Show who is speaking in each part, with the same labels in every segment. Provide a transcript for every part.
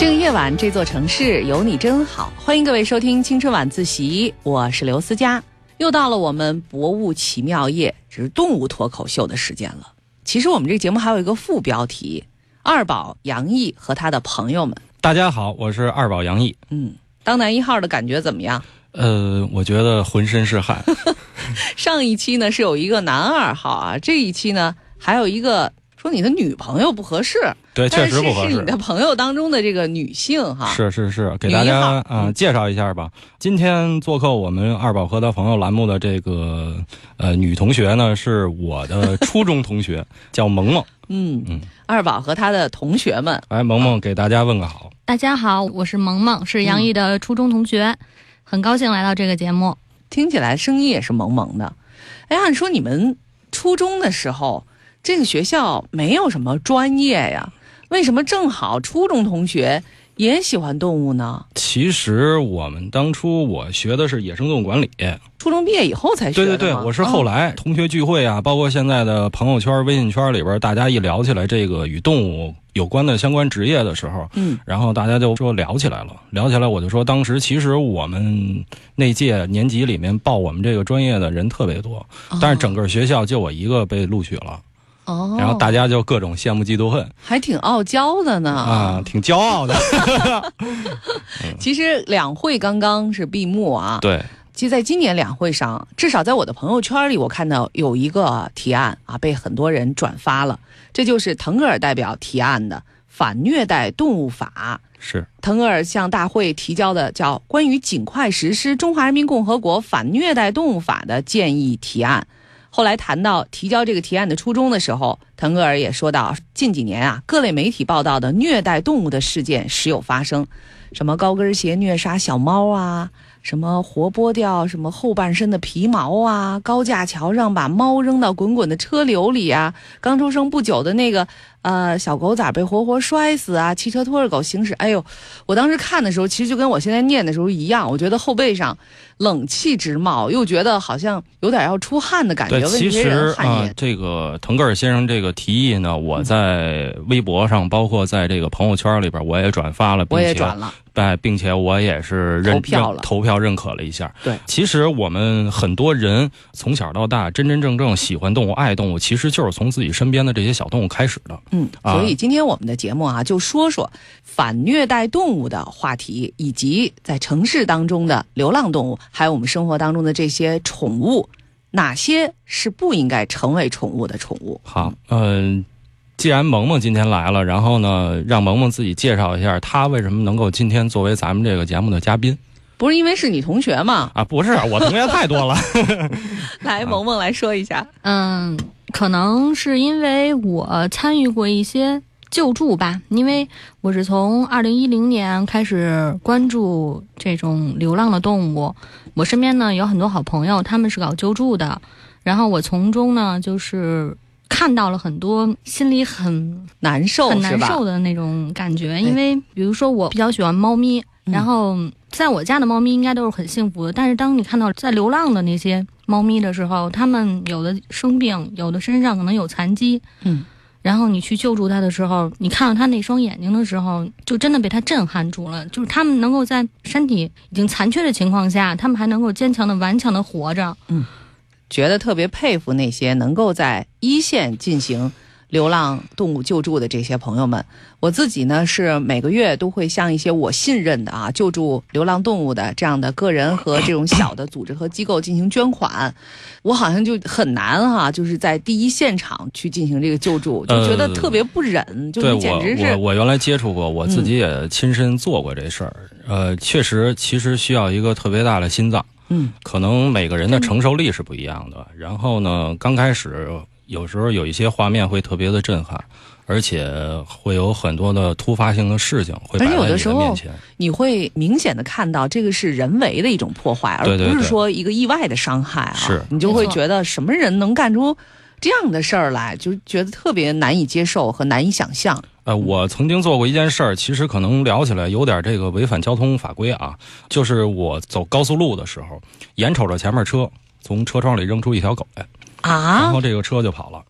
Speaker 1: 这个夜晚，这座城市有你真好。欢迎各位收听青春晚自习，我是刘思佳。又到了我们博物奇妙夜，这是动物脱口秀的时间了。其实我们这个节目还有一个副标题，二宝杨毅和他的朋友们。
Speaker 2: 大家好，我是二宝杨毅。
Speaker 1: 当男一号的感觉怎么样？
Speaker 2: 我觉得浑身是汗。
Speaker 1: 上一期呢是有一个男二号啊，这一期呢还有一个说你的女朋友不合适。
Speaker 2: 对，确实不合适。
Speaker 1: 是你的朋友当中的这个女性哈。
Speaker 2: 是，给大家介绍一下吧。今天做客我们二宝和他朋友栏目的这个女同学呢，是我的初中同学，叫萌萌。
Speaker 1: 二宝和他的同学们。
Speaker 2: 来，萌萌给大家问个好。
Speaker 3: 大家好，我是萌萌，是杨毅的初中同学，很高兴来到这个节目。
Speaker 1: 听起来声音也是萌萌的。按说你们初中的时候，这个学校没有什么专业呀，为什么正好初中同学也喜欢动物呢？
Speaker 2: 其实我们当初我学的是野生动物管理，
Speaker 1: 初中毕业以后才学的吗？
Speaker 2: 对，我是后来同学聚会啊，包括现在的朋友圈、微信圈里边，大家一聊起来这个与动物有关的相关职业的时候，然后大家就说聊起来了，我就说当时其实我们那届年级里面报我们这个专业的人特别多，但是整个学校就我一个被录取了。然后大家就各种羡慕嫉妒恨，
Speaker 1: 还挺傲娇的呢。
Speaker 2: 挺骄傲的。
Speaker 1: 其实两会刚刚是闭幕啊。
Speaker 2: 对。
Speaker 1: 其实在今年两会上，至少在我的朋友圈里，我看到有一个提案啊，被很多人转发了。这就是腾格尔代表提案的反虐待动物法。
Speaker 2: 是
Speaker 1: 腾格尔向大会提交的叫《关于尽快实施中华人民共和国反虐待动物法的建议提案》。后来谈到提交这个提案的初衷的时候，腾格尔也说到，近几年啊，各类媒体报道的虐待动物的事件时有发生，什么高跟鞋虐杀小猫啊，什么活剥掉什么后半身的皮毛啊，高架桥上把猫扔到滚滚的车流里啊，刚出生不久的那个小狗崽被活活摔死啊，汽车拖着狗行驶。哎呦，我当时看的时候其实就跟我现在念的时候一样，我觉得后背上冷气直冒，又觉得好像有点要出汗的感觉。
Speaker 2: 对，其实这个腾格尔先生这个提议呢，我在微博上，包括在这个朋友圈里边，我也转发了，
Speaker 1: 我也转了，
Speaker 2: 并且我也是投票认可了一下。
Speaker 1: 对，
Speaker 2: 其实我们很多人从小到大真正喜欢动物、爱动物，其实就是从自己身边的这些小动物开始的。
Speaker 1: 所以今天我们的节目啊，就说说反虐待动物的话题，以及在城市当中的流浪动物，还有我们生活当中的这些宠物，哪些是不应该成为宠物的宠物。
Speaker 2: 好，既然萌萌今天来了，然后呢，让萌萌自己介绍一下她为什么能够今天作为咱们这个节目的嘉宾。
Speaker 1: 不是因为是你同学吗？
Speaker 2: 不是，我同学太多了。
Speaker 1: 来，萌萌来说一下。
Speaker 3: 可能是因为我参与过一些救助吧，因为我是从2010年开始关注这种流浪的动物，我身边呢有很多好朋友，他们是搞救助的，然后我从中呢就是看到了很多心里很难受的那种感觉。因为比如说我比较喜欢猫咪，然后在我家的猫咪应该都是很幸福的，但是当你看到在流浪的那些猫咪的时候，它们有的生病，有的身上可能有残疾，然后你去救助它的时候，你看到它那双眼睛的时候，就真的被它震撼住了。就是它们能够在身体已经残缺的情况下，它们还能够坚强的顽强的活着。
Speaker 1: 觉得特别佩服那些能够在一线进行流浪动物救助的这些朋友们。我自己呢是每个月都会向一些我信任的救助流浪动物的这样的个人和这种小的组织和机构进行捐款。我好像就很难就是在第一现场去进行这个救助，就觉得特别不忍。就简直是
Speaker 2: 我原来接触过，我自己也亲身做过这事儿。确实其实需要一个特别大的心脏。可能每个人的承受力是不一样的。然后呢，刚开始有时候有一些画面会特别的震撼，而且会有很多的突发性的事情会摆在你的面前。而且有的时候
Speaker 1: 你会明显的看到这个是人为的一种破坏，而不是说一个意外的伤害啊。
Speaker 2: 是，
Speaker 1: 你就会觉得什么人能干出这样的事儿来，就觉得特别难以接受和难以想象。
Speaker 2: 我曾经做过一件事儿，其实可能聊起来有点这个违反交通法规啊，就是我走高速路的时候，眼瞅着前面车从车窗里扔出一条狗来然后这个车就跑了。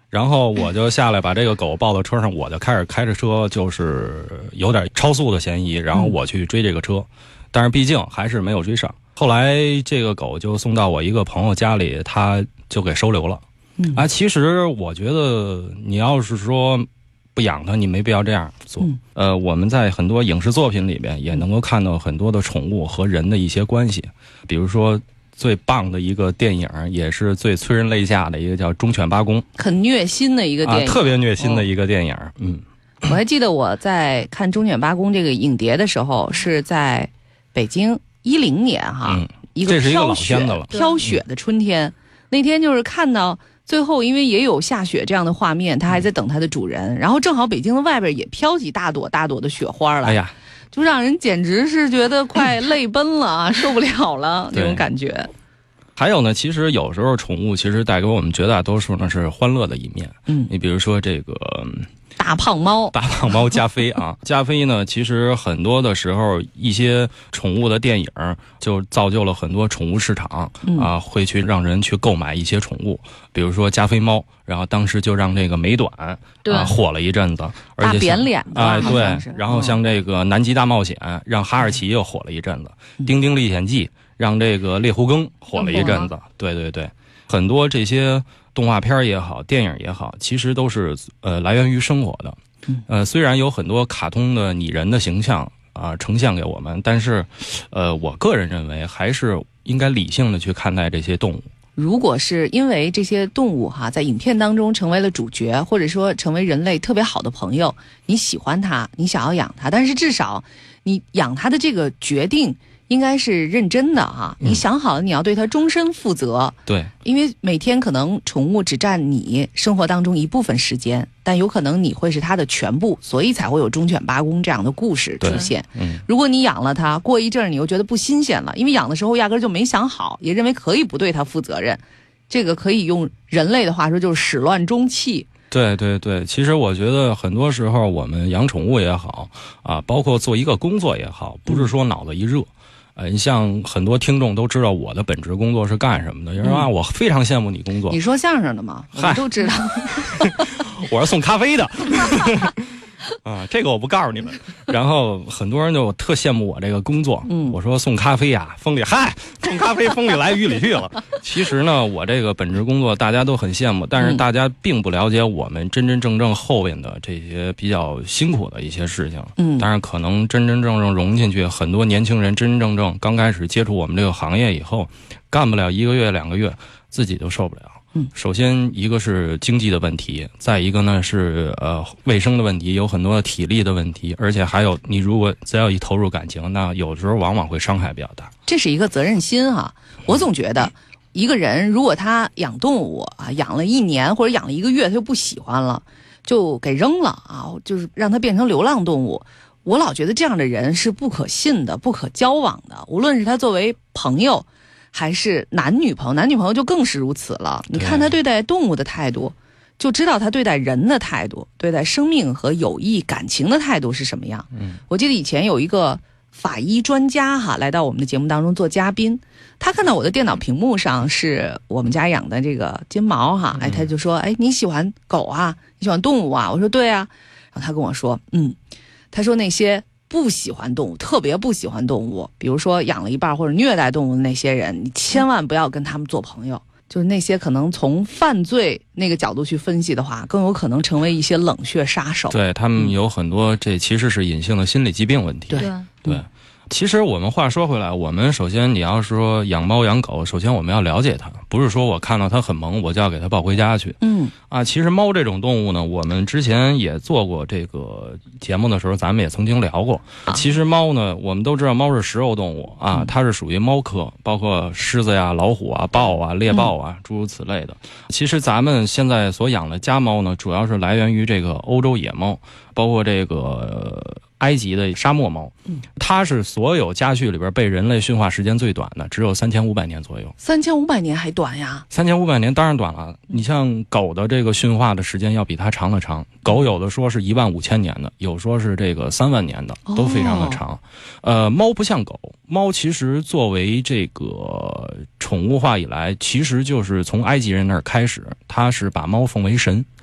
Speaker 2: 然后我就下来把这个狗抱到车上，我就开始开着车，就是有点超速的嫌疑，然后我去追这个车，但是毕竟还是没有追上。后来这个狗就送到我一个朋友家里，他就给收留了。其实我觉得你要是说不养它，你没必要这样做。我们在很多影视作品里边也能够看到很多的宠物和人的一些关系，比如说最棒的一个电影，也是最催人泪下的一个叫《忠犬八公》，
Speaker 1: 很虐心的一个电影，
Speaker 2: 特别虐心的一个电影。
Speaker 1: 我还记得我在看《忠犬八公》这个影碟的时候，是在北京10年哈，
Speaker 2: 这是一个老片子了，
Speaker 1: 飘雪的春天，那天就是看到最后，因为也有下雪这样的画面，它还在等它的主人，然后正好北京的外边也飘起大朵大朵的雪花了，
Speaker 2: 哎呀，
Speaker 1: 就让人简直是觉得快泪奔了啊，受不了了那种感觉。
Speaker 2: 还有呢，其实有时候宠物其实带给我们绝大多数呢是欢乐的一面。你比如说这个
Speaker 1: 大胖猫
Speaker 2: 加菲啊，加菲呢，其实很多的时候一些宠物的电影就造就了很多宠物市场会去让人去购买一些宠物，比如说加菲猫，然后当时就让这个美短火了一阵子，而且
Speaker 1: 大扁脸的
Speaker 2: 对，然后像这个南极大冒险让哈士奇又火了一阵子，丁丁历险记让这个猎狐梗火了一阵子，对，很多这些动画片也好，电影也好，其实都是来源于生活的。虽然有很多卡通的拟人的形象呈现给我们，但是我个人认为还是应该理性的去看待这些动物。
Speaker 1: 如果是因为这些动物在影片当中成为了主角，或者说成为人类特别好的朋友，你喜欢它，你想要养它，但是至少你养它的这个决定应该是认真的你想好了你要对它终身负责。
Speaker 2: 对，
Speaker 1: 因为每天可能宠物只占你生活当中一部分时间，但有可能你会是它的全部，所以才会有忠犬八公这样的故事出现。如果你养了它，过一阵儿你又觉得不新鲜了，因为养的时候压根就没想好，也认为可以不对它负责任，这个可以用人类的话说就是始乱终弃。
Speaker 2: 对，其实我觉得很多时候我们养宠物也好包括做一个工作也好，不是说脑子一热。你像很多听众都知道我的本职工作是干什么的，有人说我非常羡慕你工作。
Speaker 1: 你说相声的吗？我们都知道。
Speaker 2: 我是送咖啡的。这个我不告诉你们。然后很多人就特羡慕我这个工作。我说送咖啡风里送咖啡风里来雨里去了。其实呢，我这个本职工作大家都很羡慕，但是大家并不了解我们真真正正后边的这些比较辛苦的一些事情。但是可能真真正正融进去，很多年轻人真真正正刚开始接触我们这个行业以后，干不了1个月2个月，自己就受不了。首先一个是经济的问题，再一个呢是卫生的问题，有很多体力的问题，而且还有你如果只要一投入感情，那有时候往往会伤害比较大。
Speaker 1: 这是一个责任心我总觉得一个人如果他养动物养了1年或者养了1个月他就不喜欢了，就给扔了就是让他变成流浪动物，我老觉得这样的人是不可信的，不可交往的，无论是他作为朋友还是男女朋友就更是如此了。你看他对待动物的态度，就知道他对待人的态度，对待生命和友谊感情的态度是什么样。我记得以前有一个法医专家来到我们的节目当中做嘉宾，他看到我的电脑屏幕上是我们家养的这个金毛他就说你喜欢狗你喜欢动物我说对然后他跟我说他说那些不喜欢动物，特别不喜欢动物，比如说养了一半或者虐待动物的那些人，你千万不要跟他们做朋友。就是那些可能从犯罪那个角度去分析的话，更有可能成为一些冷血杀手。
Speaker 2: 对，他们有很多这其实是隐性的心理疾病问题。对。其实我们话说回来，我们首先你要说养猫养狗，首先我们要了解它，不是说我看到它很萌我就要给它抱回家去。其实猫这种动物呢，我们之前也做过这个节目的时候咱们也曾经聊过。其实猫呢，我们都知道猫是食肉动物它是属于猫科，包括狮子呀、老虎豹猎豹诸如此类的。其实咱们现在所养的家猫呢，主要是来源于这个欧洲野猫，包括这个埃及的沙漠猫，它是所有家畜里边被人类驯化时间最短的，只有3500年左右。
Speaker 1: 3500年还短呀
Speaker 2: ？3500年当然短了。你像狗的这个驯化的时间要比它长得长，狗有的说是15000年的，有说是这个3万年的，都非常的长。猫不像狗，猫其实作为这个宠物化以来，其实就是从埃及人那儿开始，它是把猫奉为神。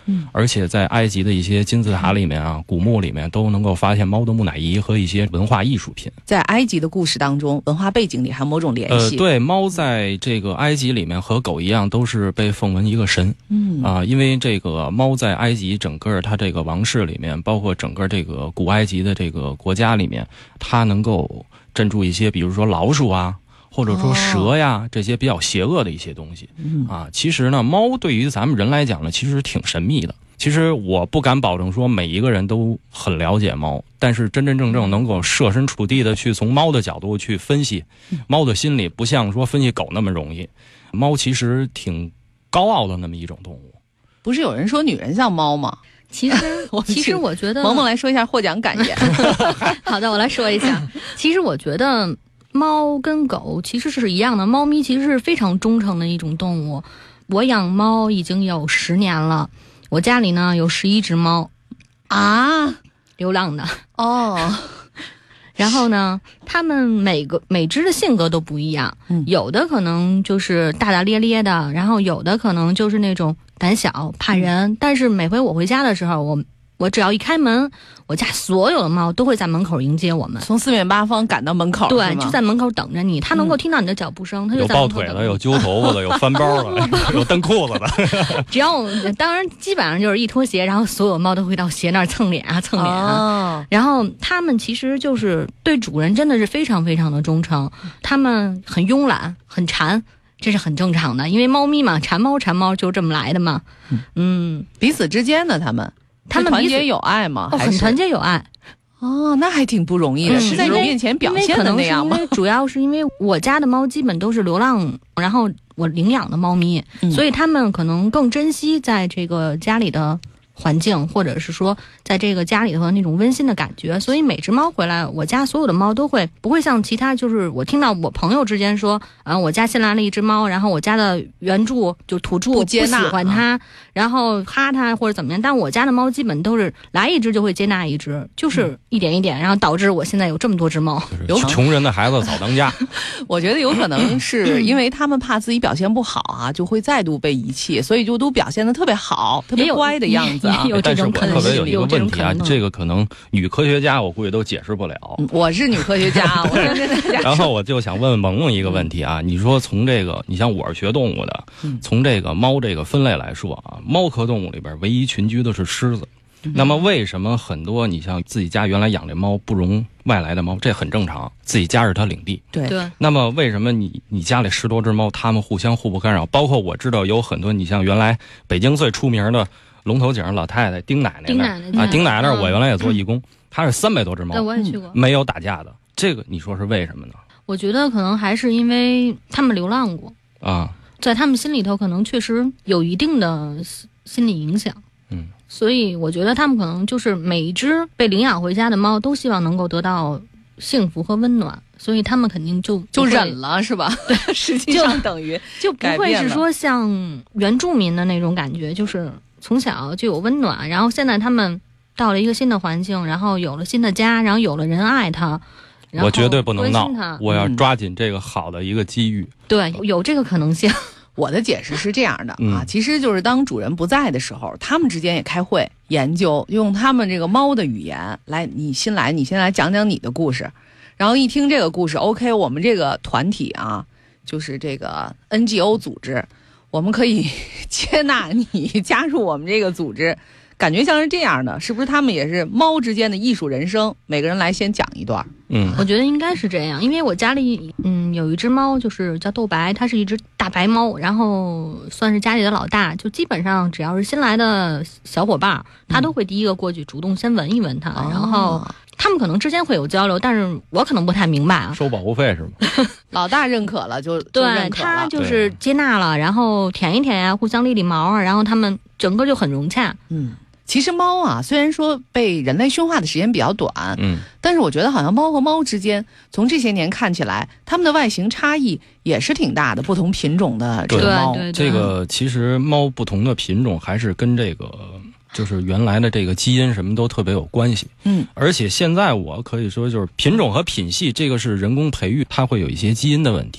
Speaker 2: 而且在埃及的一些金字塔里面啊、古墓里面都能够发现猫的木乃伊和一些文化艺术品。
Speaker 1: 在埃及的故事当中，文化背景里还有某种联系。
Speaker 2: 对，猫在这个埃及里面和狗一样，都是被奉为一个神。因为这个猫在埃及整个它这个王室里面，包括整个这个古埃及的这个国家里面，它能够镇住一些，比如说老鼠啊，或者说蛇呀，这些比较邪恶的一些东西。其实呢，猫对于咱们人来讲呢，其实挺神秘的。其实我不敢保证说每一个人都很了解猫，但是真真正正能够设身处地的去从猫的角度去分析猫的心理，不像说分析狗那么容易。猫其实挺高傲的那么一种动物。
Speaker 1: 不是有人说女人像猫吗？
Speaker 3: 其实我觉得
Speaker 1: 萌萌来说一下获奖感言。
Speaker 3: 好的，我来说一下。其实我觉得猫跟狗其实是一样的，猫咪其实是非常忠诚的一种动物。我养猫已经有10年了，我家里呢有11只猫
Speaker 1: 啊，
Speaker 3: 流浪的
Speaker 1: 哦。
Speaker 3: 然后呢，它们每只的性格都不一样，有的可能就是大大咧咧的，然后有的可能就是那种胆小怕人。但是每回我回家的时候，我只要一开门，我家所有的猫都会在门口迎接我们，
Speaker 1: 从4面8方赶到门口。
Speaker 3: 对，就在门口等着你。它能够听到你的脚步声，它就在门口等着你。
Speaker 2: 有抱腿的，有揪头发的，有翻包的，有蹬裤子的。
Speaker 3: 只要当然基本上就是一脱鞋，然后所有猫都会到鞋那儿蹭脸啊。然后它们其实就是对主人真的是非常非常的忠诚，它们很慵懒，很馋。这是很正常的，因为猫咪嘛，馋猫就这么来的嘛。
Speaker 1: 彼此之间呢，他们团结有爱吗？
Speaker 3: 很团结有爱。
Speaker 1: 那还挺不容易的，是在你面前表现的那样吗？
Speaker 3: 主要是因为我家的猫基本都是流浪，然后我领养的猫咪，所以他们可能更珍惜在这个家里的环境，或者是说在这个家里头那种温馨的感觉。所以每只猫回来，我家所有的猫都会不会像其他，就是我听到我朋友之间说，我家新来了一只猫，然后我家的原住就土著不喜欢它，然后哈它或者怎么样。但我家的猫基本都是来一只就会接纳一只，就是一点一点，然后导致我现在有这么多只猫。
Speaker 2: 穷人的孩子早当家。
Speaker 1: 我觉得有可能是因为他们怕自己表现不好啊，就会再度被遗弃，所以就都表现得特别好，特别乖的样子。
Speaker 2: 但是我特别有一个问题啊，这个可能女科学家我估计都解释不了。
Speaker 1: 我是女科学家，我跟大家。
Speaker 2: 然后我就想问萌萌一个问题啊，你说从这个，你像我是学动物的，从这个猫这个分类来说啊，猫科动物里边唯一群居的是狮子。那么为什么很多你像自己家原来养这猫不容外来的猫，这很正常，自己家是它领地。
Speaker 3: 对。
Speaker 2: 那么为什么你家里10多只猫，它们互不干扰？包括我知道有很多，你像原来北京最出名的龙头井老太太丁奶奶丁奶奶我原来也做义工，她是300多只猫，
Speaker 3: 对，我也去过，
Speaker 2: 没有打架的。这个你说是为什么呢？
Speaker 3: 我觉得可能还是因为他们流浪过
Speaker 2: 啊，
Speaker 3: 在他们心里头可能确实有一定的心理影响。所以我觉得他们可能就是每一只被领养回家的猫都希望能够得到幸福和温暖，所以他们肯定就
Speaker 1: 忍了，是吧？对，实际上等于
Speaker 3: 就不会是说像原住民的那种感觉，就是从小就有温暖，然后现在他们到了一个新的环境，然后有了新的家，然后有了人爱他，
Speaker 2: 我绝对不能闹，我要抓紧这个好的一个机遇。
Speaker 3: 对，有这个可能性。
Speaker 1: 我的解释是这样的啊，其实就是当主人不在的时候，他们之间也开会研究，用他们这个猫的语言来，你先来讲讲你的故事，然后一听这个故事 ，OK， 我们这个团体啊，就是这个 NGO 组织，我们可以接纳你加入我们这个组织，感觉像是这样的，是不是？他们也是猫之间的艺术人生，每个人来先讲一段。
Speaker 3: 我觉得应该是这样，因为我家里有一只猫，就是叫豆白，它是一只大白猫，然后算是家里的老大，就基本上只要是新来的小伙伴，它都会第一个过去主动先闻一闻它，然后他们可能之间会有交流，但是我可能不太明白啊。
Speaker 2: 收保护费是吗？
Speaker 1: 老大认可了就
Speaker 3: 对，
Speaker 1: 认可了，
Speaker 3: 他就是接纳了，然后舔一舔呀，互相理理毛啊，然后他们整个就很融洽。
Speaker 1: 其实猫啊，虽然说被人类驯化的时间比较短，但是我觉得好像猫和猫之间，从这些年看起来，它们的外形差异也是挺大的，不同品种的这个猫。
Speaker 3: 对，
Speaker 2: 这个其实猫不同的品种还是跟这个就是原来的这个基因什么都特别有关系。而且现在我可以说就是品种和品系这个是人工培育，它会有一些基因的问题。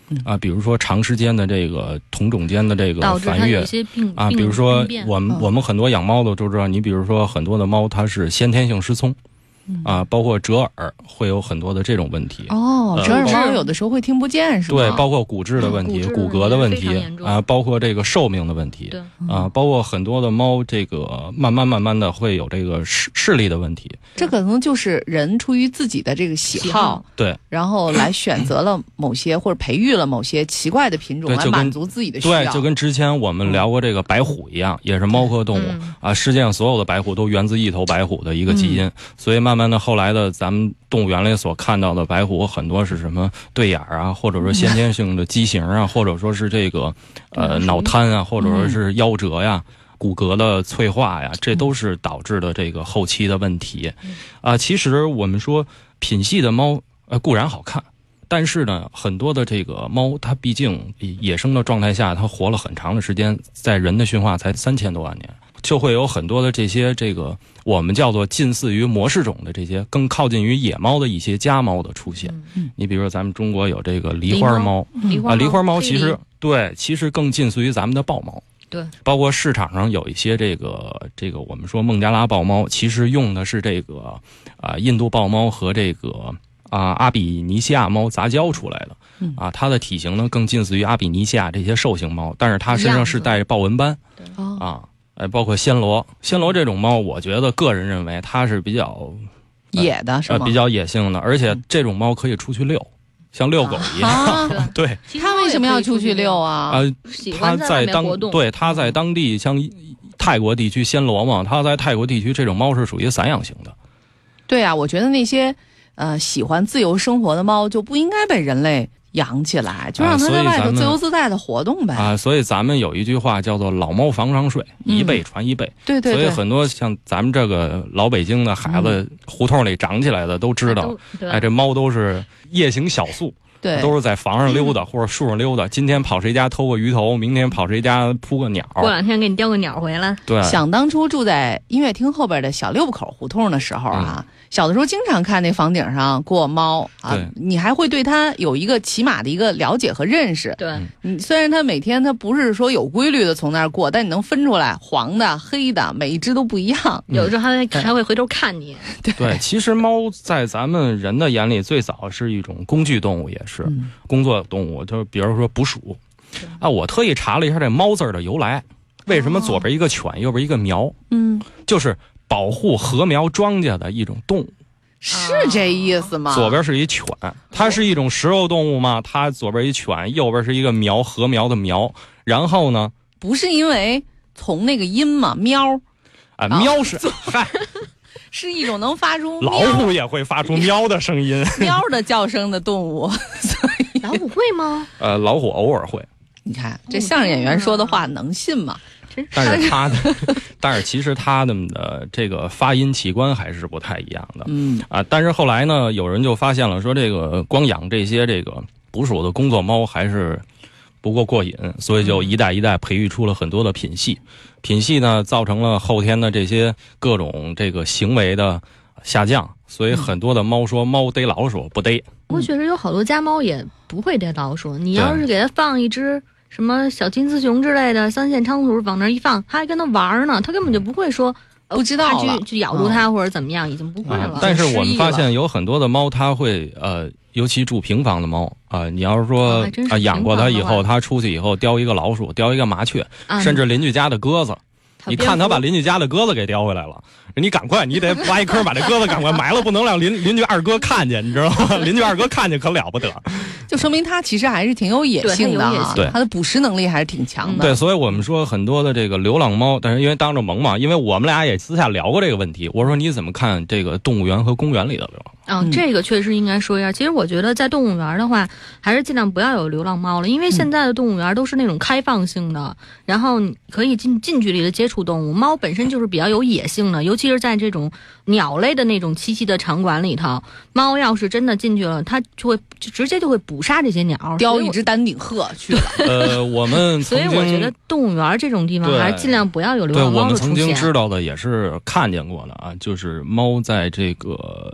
Speaker 2: 比如说长时间的这个同种间的这个繁育比如说我们很多养猫的都知道，你比如说很多的猫它是先天性失聪。包括折耳会有很多的这种问题。
Speaker 1: 折耳猫有的时候会听不见，是吗？
Speaker 2: 对，包括骨质的问题、骨骼的问题包括这个寿命的问题包括很多的猫这个慢慢的会有这个视力的问题。
Speaker 1: 这可能就是人出于自己的这个喜好，
Speaker 2: 对，
Speaker 1: 然后来选择了某些或者培育了某些奇怪的品种来满足自己的需要。
Speaker 2: 对，就跟之前我们聊过这个白虎一样，也是猫科动物世界上所有的白虎都源自一头白虎的一个基因，所以慢慢的后来的咱们动物园里所看到的白虎很多是什么对眼或者说先天性的畸形或者说是这个脑瘫或者说是夭折骨骼的脆化这都是导致的这个后期的问题其实我们说品系的猫固然好看，但是呢很多的这个猫它毕竟野生的状态下它活了很长的时间，在人的驯化才3000多万年，就会有很多的这些这个我们叫做近似于模式种的这些更靠近于野猫的一些家猫的出现。你比如说咱们中国有这个狸花猫狸花猫其实更近似于咱们的豹猫。
Speaker 3: 对，
Speaker 2: 包括市场上有一些这个我们说孟加拉豹猫，其实用的是这个印度豹猫和这个阿比尼西亚猫杂交出来的它的体型呢更近似于阿比尼西亚这些兽型猫，但是它身上是带豹纹斑包括暹罗这种猫，我觉得个人认为它是比较
Speaker 1: 野的，是吗？
Speaker 2: 比较野性的，而且这种猫可以出去遛，像遛狗一样。对，
Speaker 1: 它为什么要出去遛
Speaker 3: 它在活动。
Speaker 2: 对，它在当地像泰国地区暹罗嘛，它在泰国地区这种猫是属于散养型的。
Speaker 1: 对我觉得那些喜欢自由生活的猫就不应该被人类养起来，就让它在外头自由自在的活动呗。
Speaker 2: 所以咱们有一句话叫做老猫房上睡，一辈传一辈。
Speaker 1: 对，
Speaker 2: 所以很多像咱们这个老北京的孩子，胡同里长起来的都知道，这猫都是夜行小宿。
Speaker 1: 对，
Speaker 2: 都是在房上溜达或者树上溜达，今天跑谁家偷个鱼头，明天跑谁家扑个鸟，
Speaker 3: 过2天给你叼个鸟回来。
Speaker 2: 对，
Speaker 1: 想当初住在音乐厅后边的小六口胡同的时候小的时候经常看那房顶上过猫你还会对它有一个起码的一个了解和认识。
Speaker 3: 对，
Speaker 1: 虽然它每天它不是说有规律的从那儿过，但你能分出来黄的黑的每一只都不一样，
Speaker 3: 有时候还会回头看你。
Speaker 2: 对，其实猫在咱们人的眼里最早是一种工具动物，也是工作动物，就是比如说捕鼠我特意查了一下这猫字的由来，为什么左边一个犬右边一个苗就是保护禾苗庄稼的一种动物。
Speaker 1: 是这意思吗？
Speaker 2: 左边是一犬，它是一种食肉动物嘛，它左边一犬，右边是一个苗，禾苗的苗。然后呢，
Speaker 1: 不是因为从那个音嘛，喵
Speaker 2: 喵是嗨
Speaker 1: 是一种能发出
Speaker 2: 老虎也会发出喵的声音
Speaker 1: 喵的叫声的动物。所以
Speaker 3: 老虎会吗？
Speaker 2: 老虎偶尔会。
Speaker 1: 你看这相声演员说的话能信吗？
Speaker 2: 但是其实他们的这个发音器官还是不太一样的。但是后来呢，有人就发现了，说这个光养这些这个捕鼠的工作猫还是不够过瘾，所以就一代一代培育出了很多的品系。品系呢，造成了后天的这些各种这个行为的下降，所以很多的猫说猫逮老鼠不逮。
Speaker 3: 不过确实有好多家猫也不会逮老鼠，你要是给它放一只什么小金丝熊之类的3线仓鼠往那一放，它还跟它玩呢，它根本就不会说
Speaker 1: 不知道了
Speaker 3: 去咬住它或者怎么样，已经不会了。
Speaker 2: 但是我们发现有很多的猫，它会尤其住平房的猫你要是说养过它以后，它出去以后叼一个老鼠，叼一个麻雀，甚至邻居家的鸽子。你看他把邻居家的鸽子给叼回来了，你赶快，你得挖一坑把这鸽子赶快埋了，不能让邻居二哥看见，你知道吗？邻居二哥看见可了不得，
Speaker 1: 就说明他其实还是挺有野性的，
Speaker 2: 对，
Speaker 1: 他的捕食能力还是挺强的。
Speaker 2: 对，所以我们说很多的这个流浪猫，但是因为当着萌嘛，因为我们俩也私下聊过这个问题，我说你怎么看这个动物园和公园里的流浪？
Speaker 3: 这个确实应该说一下。其实我觉得在动物园的话，还是尽量不要有流浪猫了，因为现在的动物园都是那种开放性的，然后你可以近距离的接触动物。猫本身就是比较有野性的，尤其是在这种鸟类的那种栖息的场馆里头，猫要是真的进去了，它就直接会捕杀这些鸟，
Speaker 1: 叼一只丹顶鹤去了。
Speaker 2: 我们
Speaker 3: 所以我觉得动物园这种地方还是尽量不要有流浪猫的出现。
Speaker 2: 对，我们曾经知道的也是看见过的就是猫在这个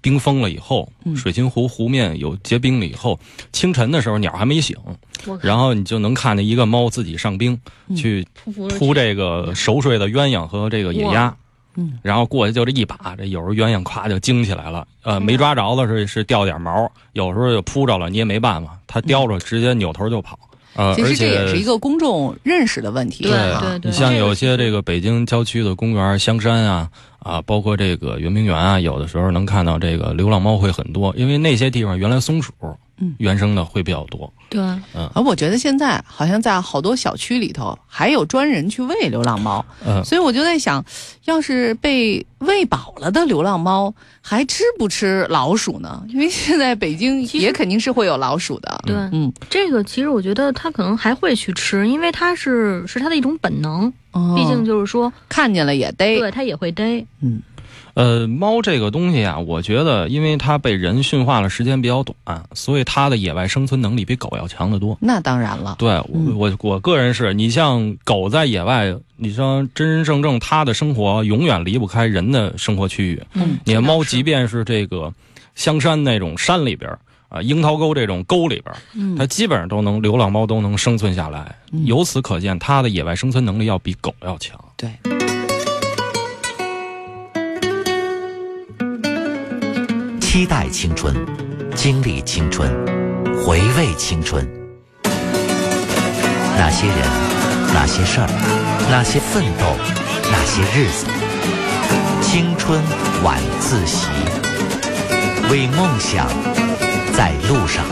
Speaker 2: 冰封了以后，水晶湖湖面有结冰了以后，清晨的时候鸟还没醒，然后你就能看见一个猫自己上冰去扑这个熟睡的鸳鸯和这个野鸭。然后过去就这一把，这有时候鸳鸯咵就惊起来了，没抓着的是掉点毛，有时候就扑着了，你也没办法，它叼着直接扭头就跑。
Speaker 1: 其实这也是一个公众认识的问题。
Speaker 3: 对，
Speaker 2: 你像有些这个北京郊区的公园，香山啊，包括这个圆明园啊，有的时候能看到这个流浪猫会很多，因为那些地方原来松鼠原生的会比较多。
Speaker 3: 对，
Speaker 1: 而我觉得现在好像在好多小区里头还有专人去喂流浪猫，所以我就在想，要是被喂饱了的流浪猫还吃不吃老鼠呢？因为现在北京也肯定是会有老鼠的。
Speaker 3: 对，这个其实我觉得它可能还会去吃，因为它是它的一种本能。毕竟就是说
Speaker 1: 看见了也逮，
Speaker 3: 对，它也会逮。
Speaker 2: 猫这个东西啊，我觉得因为它被人驯化的时间比较短，所以它的野外生存能力比狗要强得多。
Speaker 1: 那当然了。
Speaker 2: 对，我个人是，你像狗在野外，你像真真正它的生活永远离不开人的生活区域。你的猫即便是这个香山那种山里边樱桃沟这种沟里边，它基本上都能，流浪猫都能生存下来。由此可见，它的野外生存能力要比狗要强。
Speaker 1: 对。
Speaker 4: 期待青春，经历青春，回味青春。那些人，那些事儿，那些奋斗，那些日子。青春晚自习，为梦想在路上。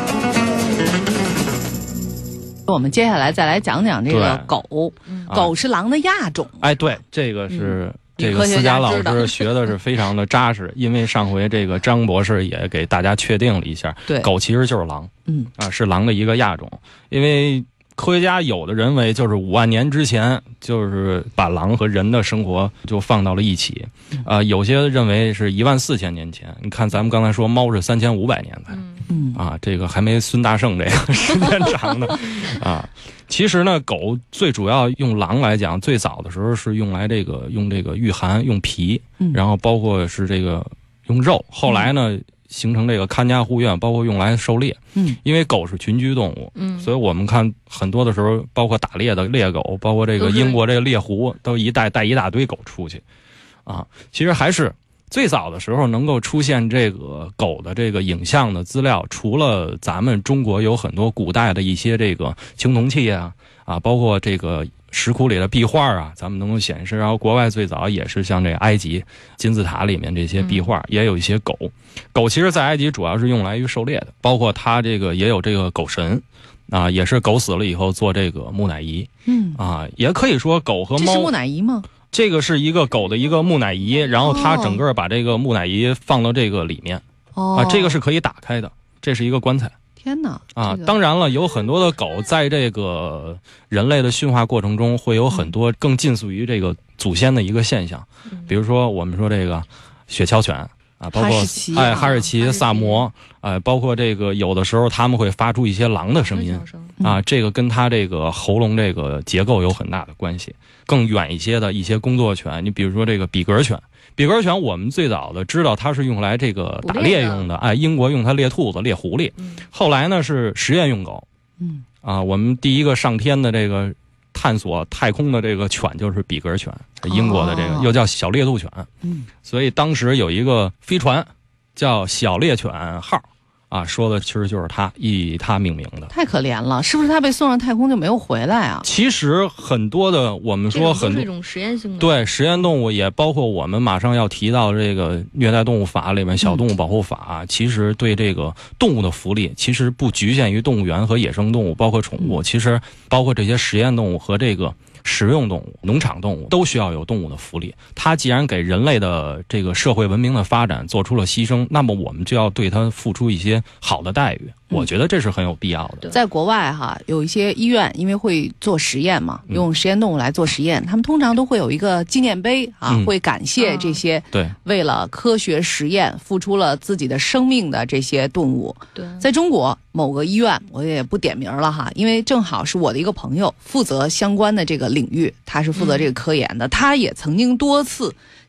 Speaker 1: 我们接下来再来讲讲这个狗。狗是狼的亚种。
Speaker 2: 哎，对，这个是。这个思佳老师学的是非常的扎实，因为上回这个张博士也给大家确定了一下，
Speaker 1: 对，
Speaker 2: 狗其实就是狼，是狼的一个亚种。因为科学家有的认为，就是5万年之前，就是把狼和人的生活就放到了一起，有些认为是14000年前。你看咱们刚才说猫是3500年才，这个还没孙大圣这个时间长的啊。其实呢，狗最主要用狼来讲，最早的时候是用这个御寒，用皮，然后包括是这个用肉。后来呢，形成这个看家护院，包括用来狩猎。因为狗是群居动物，所以我们看很多的时候，包括打猎的猎狗，包括这个英国这个猎狐，都带一大堆狗出去，其实还是。最早的时候能够出现这个狗的这个影像的资料，除了咱们中国有很多古代的一些这个青铜器包括这个石窟里的壁画咱们能够显示。然后国外最早也是像这个埃及金字塔里面这些壁画，也有一些狗。狗其实在埃及主要是用来于狩猎的，包括它这个也有这个狗神也是狗死了以后做这个木乃伊。也可以说狗和猫。
Speaker 1: 这是木乃伊吗？
Speaker 2: 这个是一个狗的一个木乃伊，然后它整个把这个木乃伊放到这个里面。这个是可以打开的，这是一个棺材。
Speaker 1: 天哪！
Speaker 2: 当然了，有很多的狗在这个人类的驯化过程中，会有很多更近似于这个祖先的一个现象。比如说我们说这个雪橇犬包括哈士奇、萨摩包括这个有的时候他们会发出一些狼的声音这个跟它这个喉咙这个结构有很大的关系。更远一些的一些工作犬，你比如说这个比格犬。比格犬我们最早的知道它是用来这个打猎用的，英国用它猎兔子、猎狐狸。后来呢是实验用狗。我们第一个上天的这个探索太空的这个犬就是比格犬，英国的这个又叫小猎兔犬。所以当时有一个飞船叫小猎犬号说的其实就是它，以它命名的。
Speaker 1: 太可怜了，是不是它被送上太空就没有回来啊？
Speaker 2: 其实很多的，我们说很多
Speaker 3: 这种实验性的，
Speaker 2: 对，实验动物也包括我们马上要提到这个虐待动物法里面小动物保护法，其实对这个动物的福利其实不局限于动物园和野生动物，包括宠物，其实包括这些实验动物和这个食用动物、农场动物都需要有动物的福利。它既然给人类的这个社会文明的发展做出了牺牲，那么我们就要对它付出一些好的待遇。我觉得这是很有必要的。
Speaker 1: 在国外有一些医院因为会做实验嘛，用实验动物来做实验，他们通常都会有一个纪念碑会感谢这些为了科学实验付出了自己的生命的这些动物。在中国某个医院，我也不点名了因为正好是我的一个朋友负责相关的这个领域，他是负责这个科研的，他也曾经多次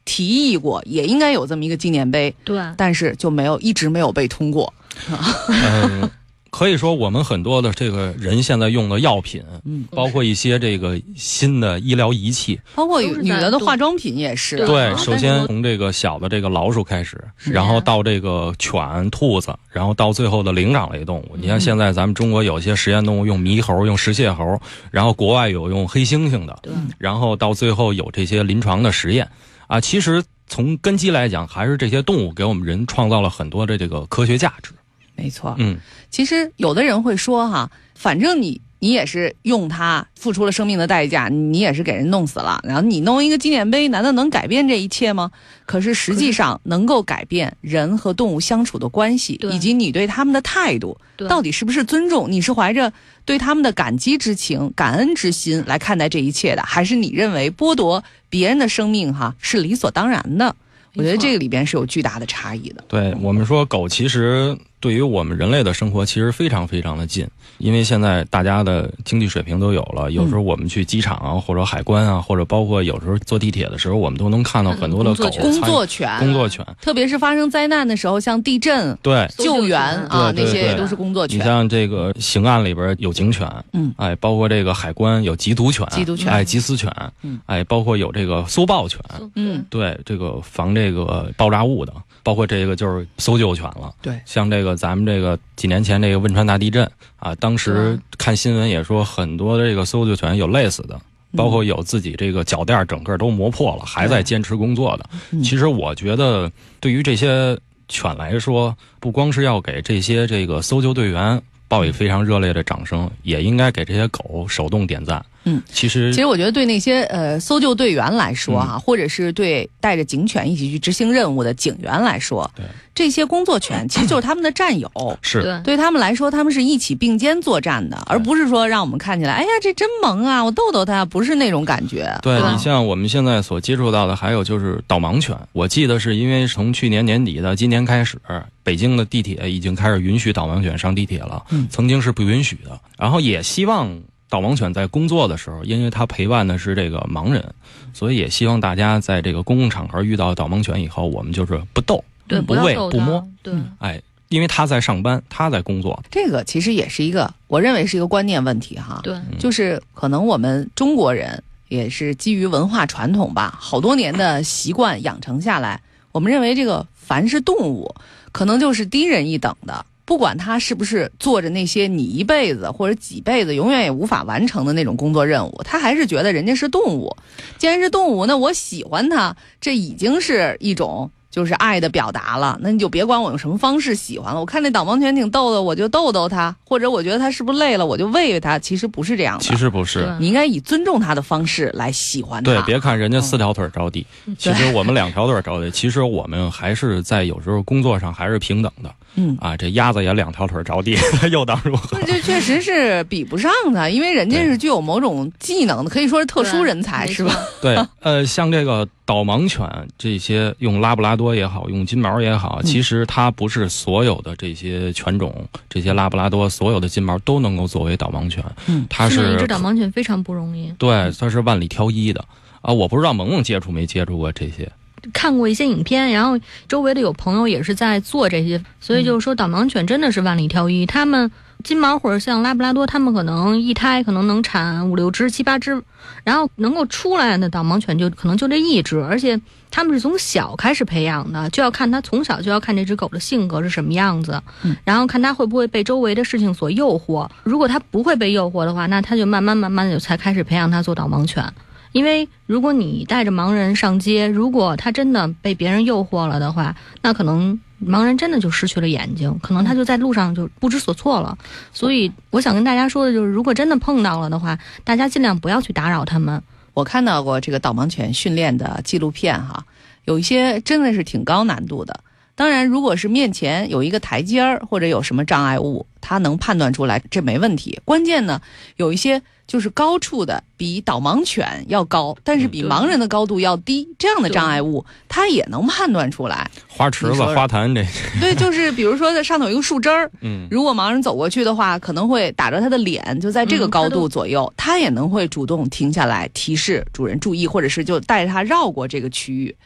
Speaker 1: 提议过，也应该有这么一个纪念碑，
Speaker 3: 对，
Speaker 1: 但是就一直没有被通过。
Speaker 2: 可以说我们很多的这个人现在用的药品，包括一些这个新的医疗仪器，
Speaker 1: 包括女的化妆品也是。
Speaker 2: 对，首先从这个小的这个老鼠开始，然后到这个犬、兔子，然后到最后的灵长类动物。你看现在咱们中国有些实验动物用猕猴、用食蟹猴，然后国外有用黑猩猩的，然后到最后有这些临床的实验啊。其实从根基来讲，还是这些动物给我们人创造了很多的这个科学价值。
Speaker 1: 没错，其实有的人会说哈，反正你也是用它付出了生命的代价，你也是给人弄死了，然后你弄一个纪念碑，难道能改变这一切吗？可是实际上能够改变人和动物相处的关系，以及你对他们的态度，到底是不是尊重？你是怀着对他们的感激之情、感恩之心来看待这一切的，还是你认为剥夺别人的生命是理所当然的？我觉得这个里边是有巨大的差异的。
Speaker 2: 对，我们说狗其实对于我们人类的生活其实非常非常的近，因为现在大家的经济水平都有了，有时候我们去机场啊，或者海关啊，或者包括有时候坐地铁的时候，我们都能看到很多的狗
Speaker 1: 工作犬，特别是发生灾难的时候，像地震、救援啊，那些都是工作犬。
Speaker 2: 你像这个刑案里边有警犬，包括这个海关有缉毒犬，缉私犬，包括有这个搜爆犬，对，这个防这个爆炸物的。包括这个就是搜救犬了，
Speaker 1: 对，
Speaker 2: 像这个咱们这个几年前这个汶川大地震啊，当时看新闻也说很多的这个搜救犬有累死的，包括有自己这个脚垫整个都磨破了，还在坚持工作的。其实我觉得对于这些犬来说，不光是要给这些这个搜救队员报以非常热烈的掌声，也应该给这些狗手动点赞。其实
Speaker 1: 我觉得对那些搜救队员来说或者是对带着警犬一起去执行任务的警员来说，这些工作犬其实就是他们的战友，
Speaker 2: 是
Speaker 1: 对他们来说，他们是一起并肩作战的，而不是说让我们看起来，哎呀，这真萌啊，我逗逗他，不是那种感觉。
Speaker 2: 对，你像我们现在所接触到的，还有就是导盲犬。我记得是因为从去年年底到今年开始，北京的地铁已经开始允许导盲犬上地铁了，曾经是不允许的。然后也希望导盲犬在工作的时候，因为它陪伴的是这个盲人，所以也希望大家在这个公共场合遇到导盲犬以后，我们就是不逗，不喂，不摸，因为他在上班，他在工作。
Speaker 1: 这个其实也是一个，我认为是一个观念问题哈。
Speaker 3: 对，
Speaker 1: 就是可能我们中国人也是基于文化传统吧，好多年的习惯养成下来，我们认为这个凡是动物，可能就是低人一等的。不管他是不是做着那些你一辈子或者几辈子永远也无法完成的那种工作任务，他还是觉得人家是动物。既然是动物，那我喜欢他，这已经是一种就是爱的表达了。那你就别管我用什么方式喜欢了，我看那导盲犬挺逗的，我就逗逗他，或者我觉得他是不是累了，我就喂喂他。其实不是这样的，
Speaker 2: 其实不是，
Speaker 1: 你应该以尊重他的方式来喜欢他。
Speaker 2: 对，别看人家4条腿着地，其实我们2条腿着地，其实我们还是在有时候工作上还是平等的。这鸭子也2条腿着地，又当如何？
Speaker 1: 这确实是比不上的，因为人家是具有某种技能的，可以说是特殊人才，是吧？
Speaker 2: 对，像这个导盲犬这些，用拉布拉多也好，用金毛也好，其实它不是所有的这些犬种，这些拉布拉多所有的金毛都能够作为导盲犬。它是
Speaker 3: 一只导盲犬非常不容易。
Speaker 2: 对，它是万里挑一的啊！我不知道萌萌接触没接触过这些。
Speaker 3: 看过一些影片，然后周围的有朋友也是在做这些，所以就是说导盲犬真的是万里挑一。他们金毛或者像拉布拉多，他们可能一胎可能能产5、6只、7、8只，然后能够出来的导盲犬就可能就这1只，而且他们是从小开始培养的，就要看他从小就要看这只狗的性格是什么样子，然后看他会不会被周围的事情所诱惑。如果他不会被诱惑的话，那他就慢慢的就才开始培养他做导盲犬。因为如果你带着盲人上街，如果他真的被别人诱惑了的话，那可能盲人真的就失去了眼睛，可能他就在路上就不知所措了。所以我想跟大家说的就是，如果真的碰到了的话，大家尽量不要去打扰他们。
Speaker 1: 我看到过这个导盲犬训练的纪录片哈，有一些真的是挺高难度的。当然，如果是面前有一个台阶儿或者有什么障碍物，他能判断出来，这没问题。关键呢，有一些就是高处的比导盲犬要高，但是比盲人的高度要低，这样的障碍物他也能判断出来。
Speaker 2: 花池子、花坛这
Speaker 1: 对，就是比如说上头有一个树枝儿，如果盲人走过去的话，可能会打着他的脸，就在这个高度左右，他也能会主动停下来提示主人注意，或者是就带着他绕过这个区域。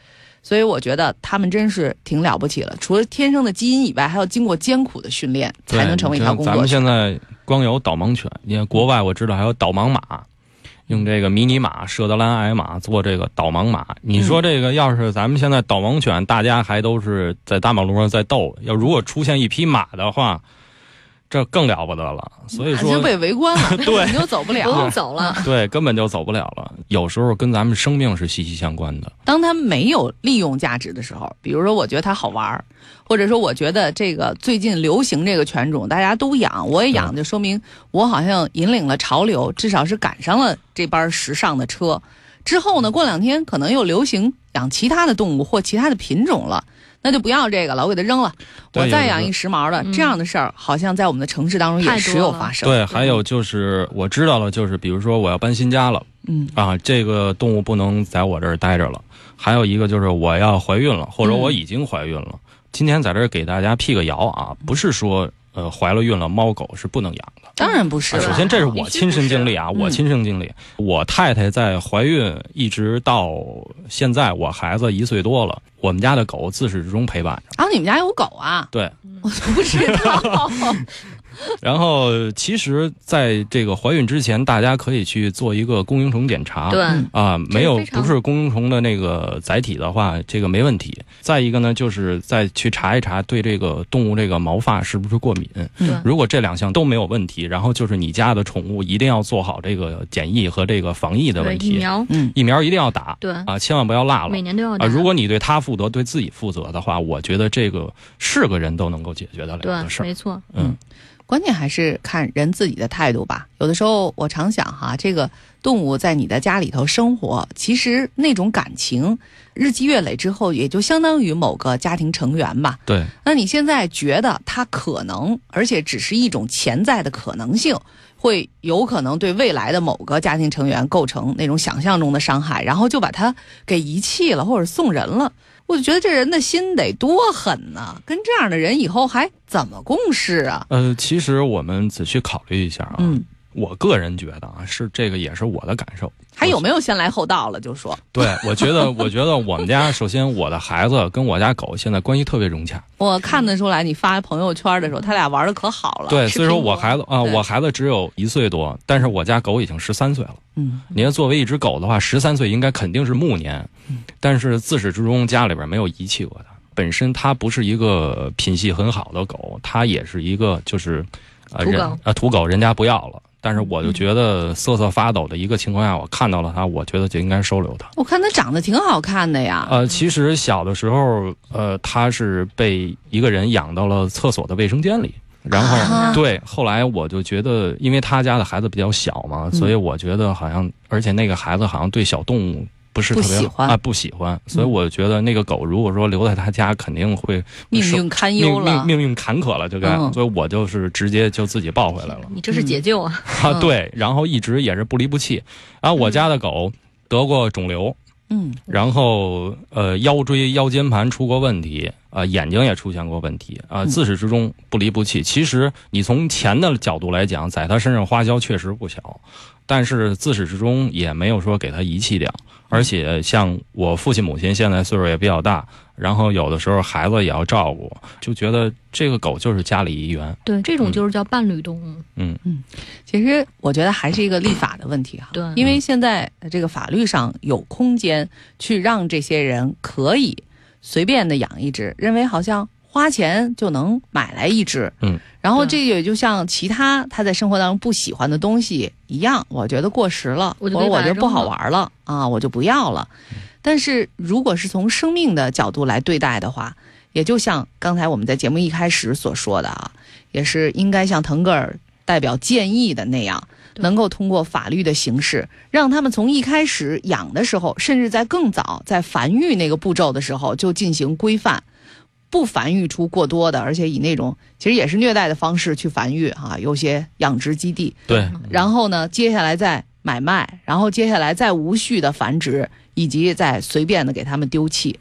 Speaker 1: 所以我觉得他们真是挺了不起了，除了天生的基因以外，还要经过艰苦的训练才能成为一条工作犬。
Speaker 2: 咱们现在光有导盲犬，你看国外我知道还有导盲马，用这个迷你马、舍德兰矮马做这个导盲马。你说这个要是咱们现在导盲犬，大家还都是在大马路上在斗，要如果出现一匹马的话，这更了不得了。所以说
Speaker 1: 就被围观了，
Speaker 2: 对，
Speaker 1: 你就走不了，
Speaker 3: 不用走了，
Speaker 2: 对，根本就走不了了。有时候跟咱们生命是息息相关的。
Speaker 1: 当它没有利用价值的时候，比如说我觉得它好玩，或者说我觉得这个最近流行这个犬种大家都养，我也养，就说明我好像引领了潮流，至少是赶上了这班时尚的车。之后呢，过2天可能又流行养其他的动物或其他的品种了，那就不要这个了，我给它扔了，我再养一时髦的。这样的事儿好像在我们的城市当中也时有发生。
Speaker 2: 对，还有就是我知道了，就是比如说我要搬新家了，这个动物不能在我这儿待着了。还有一个就是我要怀孕了，或者我已经怀孕了。今天在这儿给大家辟个谣啊，不是说怀了孕了猫狗是不能养的。
Speaker 1: 当然不是，
Speaker 2: 首先这是我亲身经历啊，我亲身经历。我太太在怀孕一直到现在，我孩子1岁多了，我们家的狗自始至终陪伴着。
Speaker 1: 啊，你们家有狗啊？
Speaker 2: 对，
Speaker 1: 我都不知道。
Speaker 2: 然后其实在这个怀孕之前，大家可以去做一个弓形虫检查。
Speaker 3: 对
Speaker 2: 啊，没有不是弓形虫的那个载体的话，这个没问题。再一个呢，就是再去查一查对这个动物这个毛发是不是过敏。如果这2项都没有问题，然后就是你家的宠物一定要做好这个检疫和这个防疫的问题。疫苗一定要打。
Speaker 3: 对啊，
Speaker 2: 千万不要落了，
Speaker 3: 每年都要打。
Speaker 2: 如果你对它负责，对自己负责的话，我觉得这个是个人都能够解决得了的事儿。
Speaker 3: 对，没错。
Speaker 1: 关键还是看人自己的态度吧。有的时候我常想哈，这个动物在你的家里头生活，其实那种感情日积月累之后，也就相当于某个家庭成员吧。
Speaker 2: 对。
Speaker 1: 那你现在觉得它可能，而且只是一种潜在的可能性，会有可能对未来的某个家庭成员构成那种想象中的伤害，然后就把它给遗弃了或者送人了。我就觉得这人的心得多狠呢，跟这样的人以后还怎么共事啊？
Speaker 2: 其实我们仔细考虑一下啊，我个人觉得啊，是这个也是我的感受。
Speaker 1: 还有没有先来后到了？就说
Speaker 2: 对，我觉得我们家首先我的孩子跟我家狗现在关系特别融洽。我
Speaker 1: 看得出来，你发朋友圈的时候，他俩玩的可好了。
Speaker 2: 对，所以说我孩子我孩子只有1岁多，但是我家狗已经13岁了。你要作为一只狗的话，13岁应该肯定是暮年，但是自始至终家里边没有遗弃过它。本身它不是一个品系很好的狗，它也是一个就是土狗，人家不要了。但是我就觉得瑟瑟发抖的一个情况下，我看到了它，我觉得就应该收留它。
Speaker 1: 我看它长得挺好看的呀。
Speaker 2: 其实小的时候，它是被一个人养到了厕所的卫生间里。然后对，后来我就觉得，因为他家的孩子比较小嘛，所以我觉得好像，而且那个孩子好像对小动物不是特别不喜欢，所以我觉得那个狗如果说留在他家，肯定会
Speaker 1: 命运堪忧了，
Speaker 2: 命运坎坷了，就该，所以我就是直接就自己抱回来了。
Speaker 3: 你这是解救啊！
Speaker 2: 对，然后一直也是不离不弃。然后我家的狗得过肿瘤。然后腰椎腰间盘出过问题，眼睛也出现过问题，自始至终不离不弃。其实你从钱的角度来讲，在他身上花销确实不小，但是自始至终也没有说给他遗弃掉。而且像我父亲母亲现在岁数也比较大，然后有的时候孩子也要照顾，就觉得这个狗就是家里一员。
Speaker 3: 对，这种就是叫伴侣动物。
Speaker 1: 其实我觉得还是一个立法的问题哈。对，因为现在这个法律上有空间去让这些人可以随便的养一只，认为好像花钱就能买来一只。然后这也就像其他他在生活当中不喜欢的东西一样，我觉得过时了，我觉得不好玩了啊，我就不要了。但是如果是从生命的角度来对待的话，也就像刚才我们在节目一开始所说的啊，也是应该像腾格尔代表建议的那样，能够通过法律的形式，让他们从一开始养的时候，甚至在更早在繁育那个步骤的时候就进行规范，不繁育出过多的，而且以那种其实也是虐待的方式去繁育啊，有些养殖基地。
Speaker 2: 对，
Speaker 1: 然后呢，接下来再买卖，然后接下来再无序的繁殖，以及再随便的给他们丢弃。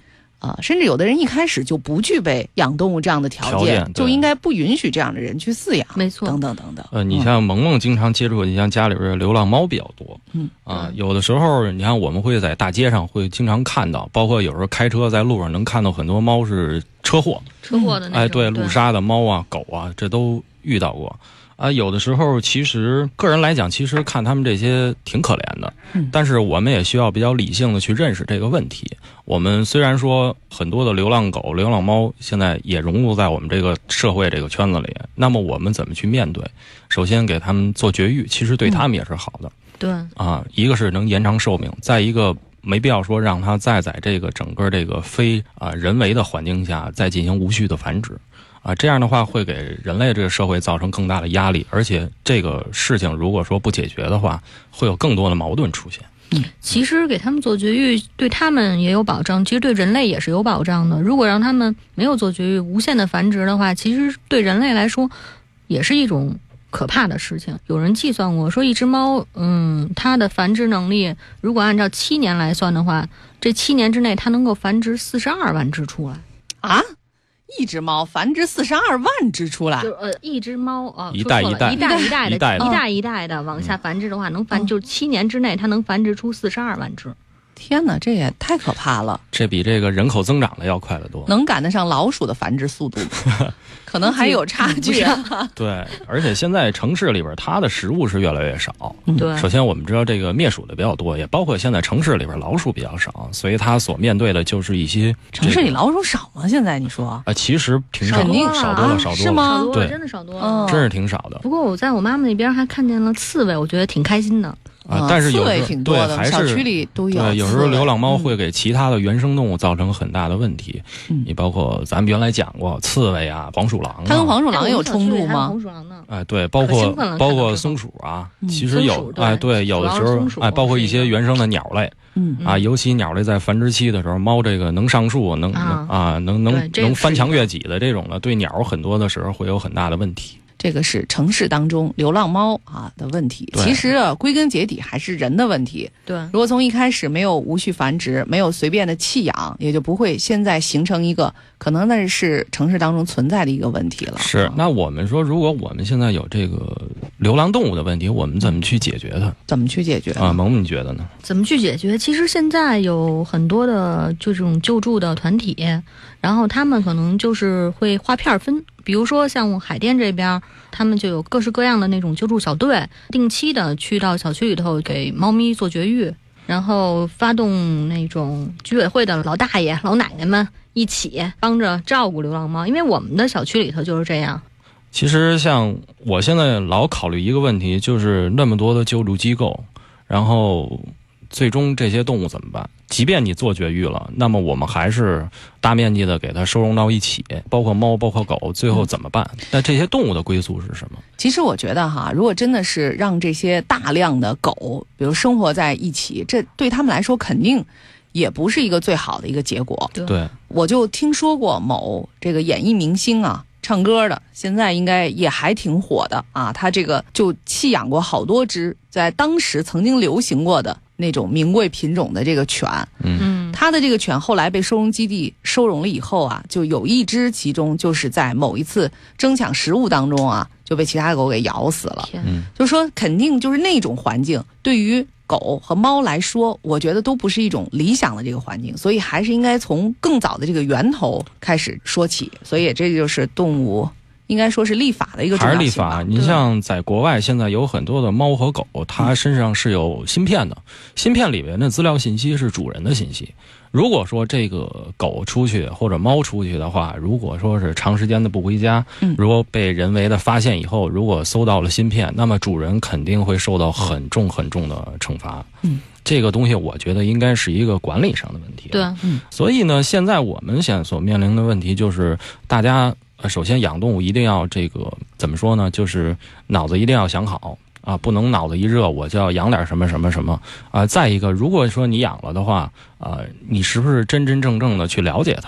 Speaker 1: 甚至有的人一开始就不具备养动物这样的条件，就应该不允许这样的人去饲养，
Speaker 3: 没错，
Speaker 1: 等等等等。
Speaker 2: 你像萌萌经常接触，你像家里边流浪猫比较多，有的时候你看我们会在大街上会经常看到，包括有时候开车在路上能看到很多猫是车祸
Speaker 3: 的那种，
Speaker 2: 对，路杀的猫啊狗啊，这都遇到过。有的时候其实个人来讲，其实看他们这些挺可怜的，但是我们也需要比较理性的去认识这个问题。我们虽然说很多的流浪狗、流浪猫现在也融入在我们这个社会这个圈子里，那么我们怎么去面对？首先给他们做绝育，其实对他们也是好的。
Speaker 3: 对
Speaker 2: 一个是能延长寿命，再一个没必要说让它再在这个整个这个非人为的环境下再进行无序的繁殖。这样的话会给人类这个社会造成更大的压力，而且这个事情如果说不解决的话，会有更多的矛盾出现。
Speaker 3: 其实给他们做绝育对他们也有保障，其实对人类也是有保障的。如果让他们没有做绝育，无限的繁殖的话，其实对人类来说也是一种可怕的事情。有人计算过，说一只猫，它的繁殖能力，如果按照7年来算的话，这7年之内它能够繁殖42万只出来
Speaker 1: 啊！一只猫繁殖42万只出来，
Speaker 3: 就一只猫
Speaker 2: 一代一
Speaker 3: 代的往下繁殖的话，能繁就是7年之内它能繁殖出42万只。
Speaker 1: 天哪，这也太可怕了！
Speaker 2: 这比这个人口增长的要快得多，
Speaker 1: 能赶得上老鼠的繁殖速度吗？可能还有差距啊。
Speaker 2: 对，而且现在城市里边它的食物是越来越少。
Speaker 3: 对，
Speaker 2: 首先我们知道这个灭鼠的比较多，也包括现在城市里边老鼠比较少，所以它所面对的就是一些
Speaker 1: 城市里老鼠少吗？现在你说
Speaker 2: 其实挺少，少多了，少多了，
Speaker 1: 是吗？
Speaker 3: 对，真的少多了，
Speaker 2: 真是挺少的。
Speaker 3: 不过我在我妈妈那边还看见了刺猬，我觉得挺开心的。
Speaker 2: 但是有
Speaker 1: 刺猬挺多的，
Speaker 2: 还是
Speaker 1: 小区里都有。
Speaker 2: 对，有时候流浪猫会给其他的原生动物造成很大的问题。你包括咱们原来讲过刺猬啊、黄鼠狼，
Speaker 1: 它跟黄鼠狼有冲突吗？
Speaker 3: 黄鼠狼呢？
Speaker 2: 对，包括松鼠啊，其实有对，有的时候包括一些原生的鸟类。尤其鸟类在繁殖期的时候，猫这个能上树，能翻墙越脊的这种的，对鸟很多的时候会有很大的问题。
Speaker 1: 这个是城市当中流浪猫的问题，其实归根结底还是人的问题。
Speaker 3: 对，
Speaker 1: 如果从一开始没有无序繁殖，没有随便的弃养，也就不会现在形成一个可能那是城市当中存在的一个问题了。
Speaker 2: 是，那我们说，如果我们现在有这个流浪动物的问题，我们怎么去解决它？
Speaker 1: 怎么去解决
Speaker 2: 萌萌你觉得呢？
Speaker 3: 怎么去解决？其实现在有很多的这种救助的团体，然后他们可能就是会划片分，比如说像海淀这边，他们就有各式各样的那种救助小队，定期的去到小区里头给猫咪做绝育，然后发动那种居委会的老大爷老奶奶们一起帮着照顾流浪猫，因为我们的小区里头就是这样。
Speaker 2: 其实像我现在老考虑一个问题，就是那么多的救助机构，然后最终这些动物怎么办？即便你做绝育了，那么我们还是大面积的给它收容到一起，包括猫包括狗，最后怎么办？那这些动物的归宿是什么？
Speaker 1: 其实我觉得如果真的是让这些大量的狗比如生活在一起，这对他们来说肯定也不是一个最好的一个结果。
Speaker 2: 对，
Speaker 1: 我就听说过某这个演艺明星唱歌的，现在应该也还挺火的他这个就弃养过好多只在当时曾经流行过的那种名贵品种的这个犬。他的这个犬后来被收容基地收容了以后就有一只其中就是在某一次争抢食物当中就被其他的狗给咬死了。就说肯定就是那种环境对于狗和猫来说，我觉得都不是一种理想的这个环境，所以还是应该从更早的这个源头开始说起。所以这就是动物应该说是立法的一个重要性吧。
Speaker 2: 还是立法。你像在国外现在有很多的猫和狗，它身上是有芯片的，芯片里面的资料信息是主人的信息。如果说这个狗出去或者猫出去的话，如果说是长时间的不回家，如果被人为的发现以后，如果搜到了芯片，那么主人肯定会受到很重很重的惩罚。这个东西我觉得应该是一个管理上的问题。
Speaker 3: 对，
Speaker 2: 所以呢，现在我们现在所面临的问题就是大家首先养动物一定要这个怎么说呢，就是脑子一定要想好不能脑子一热我就要养点什么什么什么再一个，如果说你养了的话你是不是真真正正的去了解它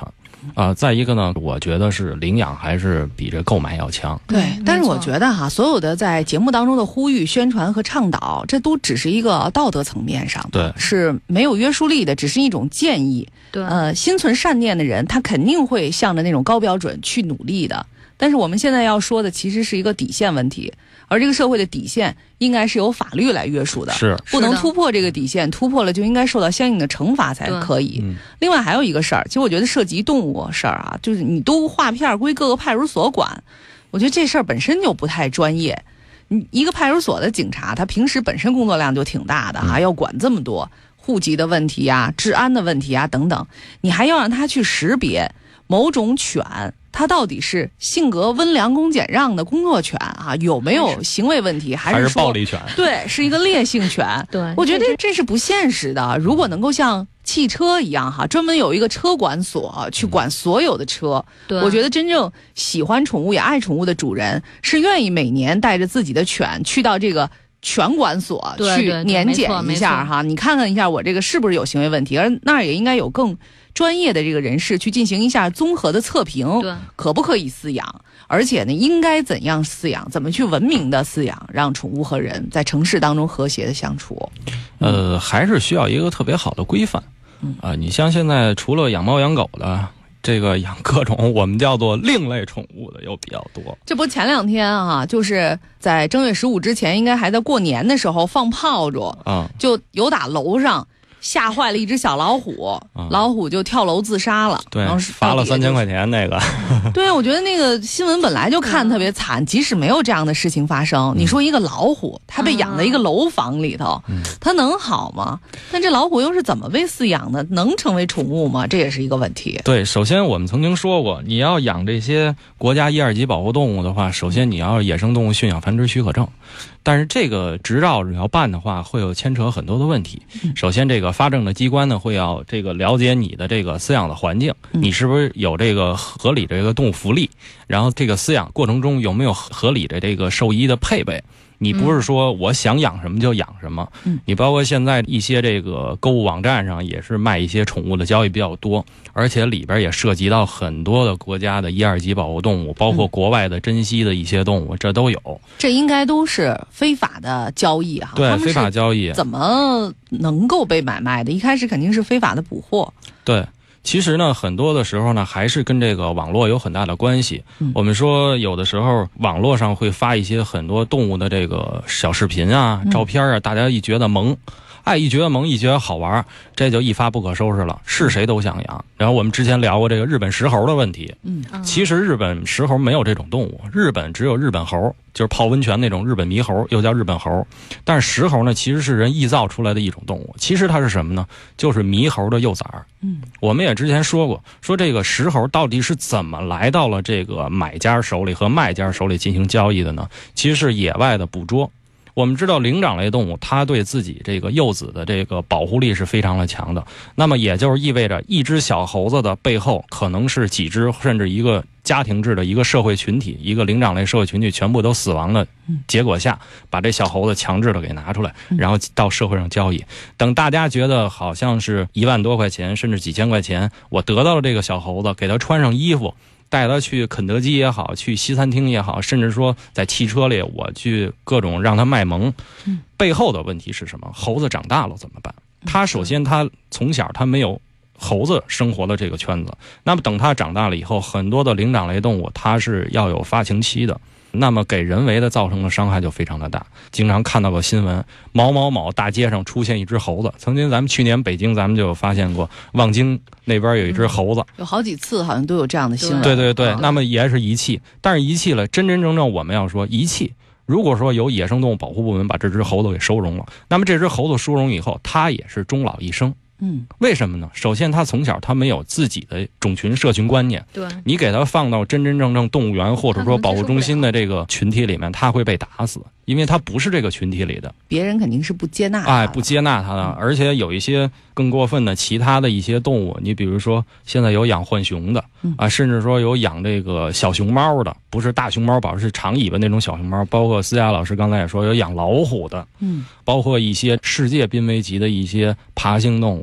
Speaker 2: 再一个呢，我觉得是领养还是比这购买要强。
Speaker 1: 对，但是我觉得哈，所有的在节目当中的呼吁、宣传和倡导，这都只是一个道德层面上的，
Speaker 2: 对，
Speaker 1: 是没有约束力的，只是一种建议。
Speaker 3: 对，
Speaker 1: 心存善念的人，他肯定会向着那种高标准去努力的。但是我们现在要说的其实是一个底线问题，而这个社会的底线应该是由法律来约束的，
Speaker 2: 是
Speaker 1: 不能突破这个底线，突破了就应该受到相应的惩罚才可以。另外还有一个事儿，其实我觉得涉及动物事儿啊，就是你都划片归各个派出所管，我觉得这事儿本身就不太专业。你一个派出所的警察，他平时本身工作量就挺大的要管这么多户籍的问题啊、治安的问题啊等等，你还要让他去识别某种犬它到底是性格温良恭俭让的工作犬啊，有没有行为问题，还是
Speaker 2: 暴力犬？
Speaker 1: 对，是一个烈性犬。
Speaker 3: 对，
Speaker 1: 我觉得这是不现实的。如果能够像汽车一样专门有一个车管所去管所有的车，我觉得真正喜欢宠物也爱宠物的主人是愿意每年带着自己的犬去到这个犬管所去年检一下你看看一下我这个是不是有行为问题，而那儿也应该有更专业的这个人士去进行一下综合的测评，可不可以饲养，而且呢应该怎样饲养，怎么去文明的饲养，让宠物和人在城市当中和谐的相处。
Speaker 2: 还是需要一个特别好的规范。你像现在除了养猫养狗的，这个养各种我们叫做另类宠物的又比较多。
Speaker 1: 这不前2天就是在正月15之前，应该还在过年的时候放炮竹就有打楼上吓坏了一只小老虎，老虎就跳楼自杀了。
Speaker 2: 对，罚了3000块钱那个。
Speaker 1: 对，我觉得那个新闻本来就看特别惨，即使没有这样的事情发生，你说一个老虎，它被养在一个楼房里头，它能好吗？但这老虎又是怎么被饲养的？能成为宠物吗？这也是一个问题。
Speaker 2: 对，首先我们曾经说过，你要养这些国家1、2级保护动物的话，首先你要野生动物驯养繁殖许可证。但是这个执照你要办的话，会有牵扯很多的问题。首先，这个发证的机关呢，会要这个了解你的这个饲养的环境，你是不是有这个合理的这个动物福利，然后这个饲养过程中有没有合理的这个兽医的配备。你不是说我想养什么就养什么，你包括现在一些这个购物网站上也是卖一些宠物的交易比较多，而且里边也涉及到很多的国家的1、2级保护动物，包括国外的珍稀的一些动物，这都有。
Speaker 1: 这应该都是非法的交易
Speaker 2: 对，非法交易
Speaker 1: 怎么能够被买卖的？一开始肯定是非法的捕获。
Speaker 2: 对。其实呢，很多的时候呢，还是跟这个网络有很大的关系。我们说，有的时候网络上会发一些很多动物的这个小视频啊、照片啊，大家一觉得萌，一觉得萌，一觉得好玩，这就一发不可收拾了，是谁都想养。然后我们之前聊过这个日本石猴的问题，其实日本石猴没有这种动物，日本只有日本猴，就是泡温泉那种日本猕猴，又叫日本猴。但是石猴呢，其实是人臆造出来的一种动物。其实它是什么呢？就是猕猴的幼崽儿。我们也之前说过，说这个石猴到底是怎么来到了这个买家手里和卖家手里进行交易的呢？其实是野外的捕捉。我们知道灵长类动物它对自己这个幼子的这个保护力是非常的强的，那么也就是意味着一只小猴子的背后可能是几只甚至一个家庭制的一个社会群体，一个灵长类社会群体全部都死亡的结果下，把这小猴子强制的给拿出来，然后到社会上交易。等大家觉得好像是1万多块钱甚至几千块钱，我得到了这个小猴子，给他穿上衣服，带他去肯德基也好，去西餐厅也好，甚至说在汽车里我去各种让他卖萌，背后的问题是什么？猴子长大了怎么办？他首先他从小他没有猴子生活的这个圈子，那么等他长大了以后，很多的灵长类动物它是要有发情期的，那么给人为的造成的伤害就非常的大。经常看到过新闻，某大街上出现一只猴子。曾经咱们去年北京咱们就有发现过，望京那边有一只猴子，
Speaker 1: 有好几次好像都有这样的新闻。
Speaker 2: 对，那么也是遗弃，但是遗弃了真正我们要说遗弃。如果说有野生动物保护部门把这只猴子给收容了，那么这只猴子收容以后，它也是终老一生。为什么呢？首先他从小他没有自己的种群社群观念，
Speaker 3: 对，
Speaker 2: 你给他放到真正动物园或者说保护中心的这个群体里面，他会被打死，因为他不是这个群体里的，
Speaker 1: 别人肯定是不接纳他
Speaker 2: 不接纳他的。而且有一些更过分的其他的一些动物，你比如说现在有养浣熊的甚至说有养这个小熊猫的，不是大熊猫宝，是长尾巴那种小熊猫，包括思佳老师刚才也说有养老虎的，包括一些世界濒危级的一些爬行动物，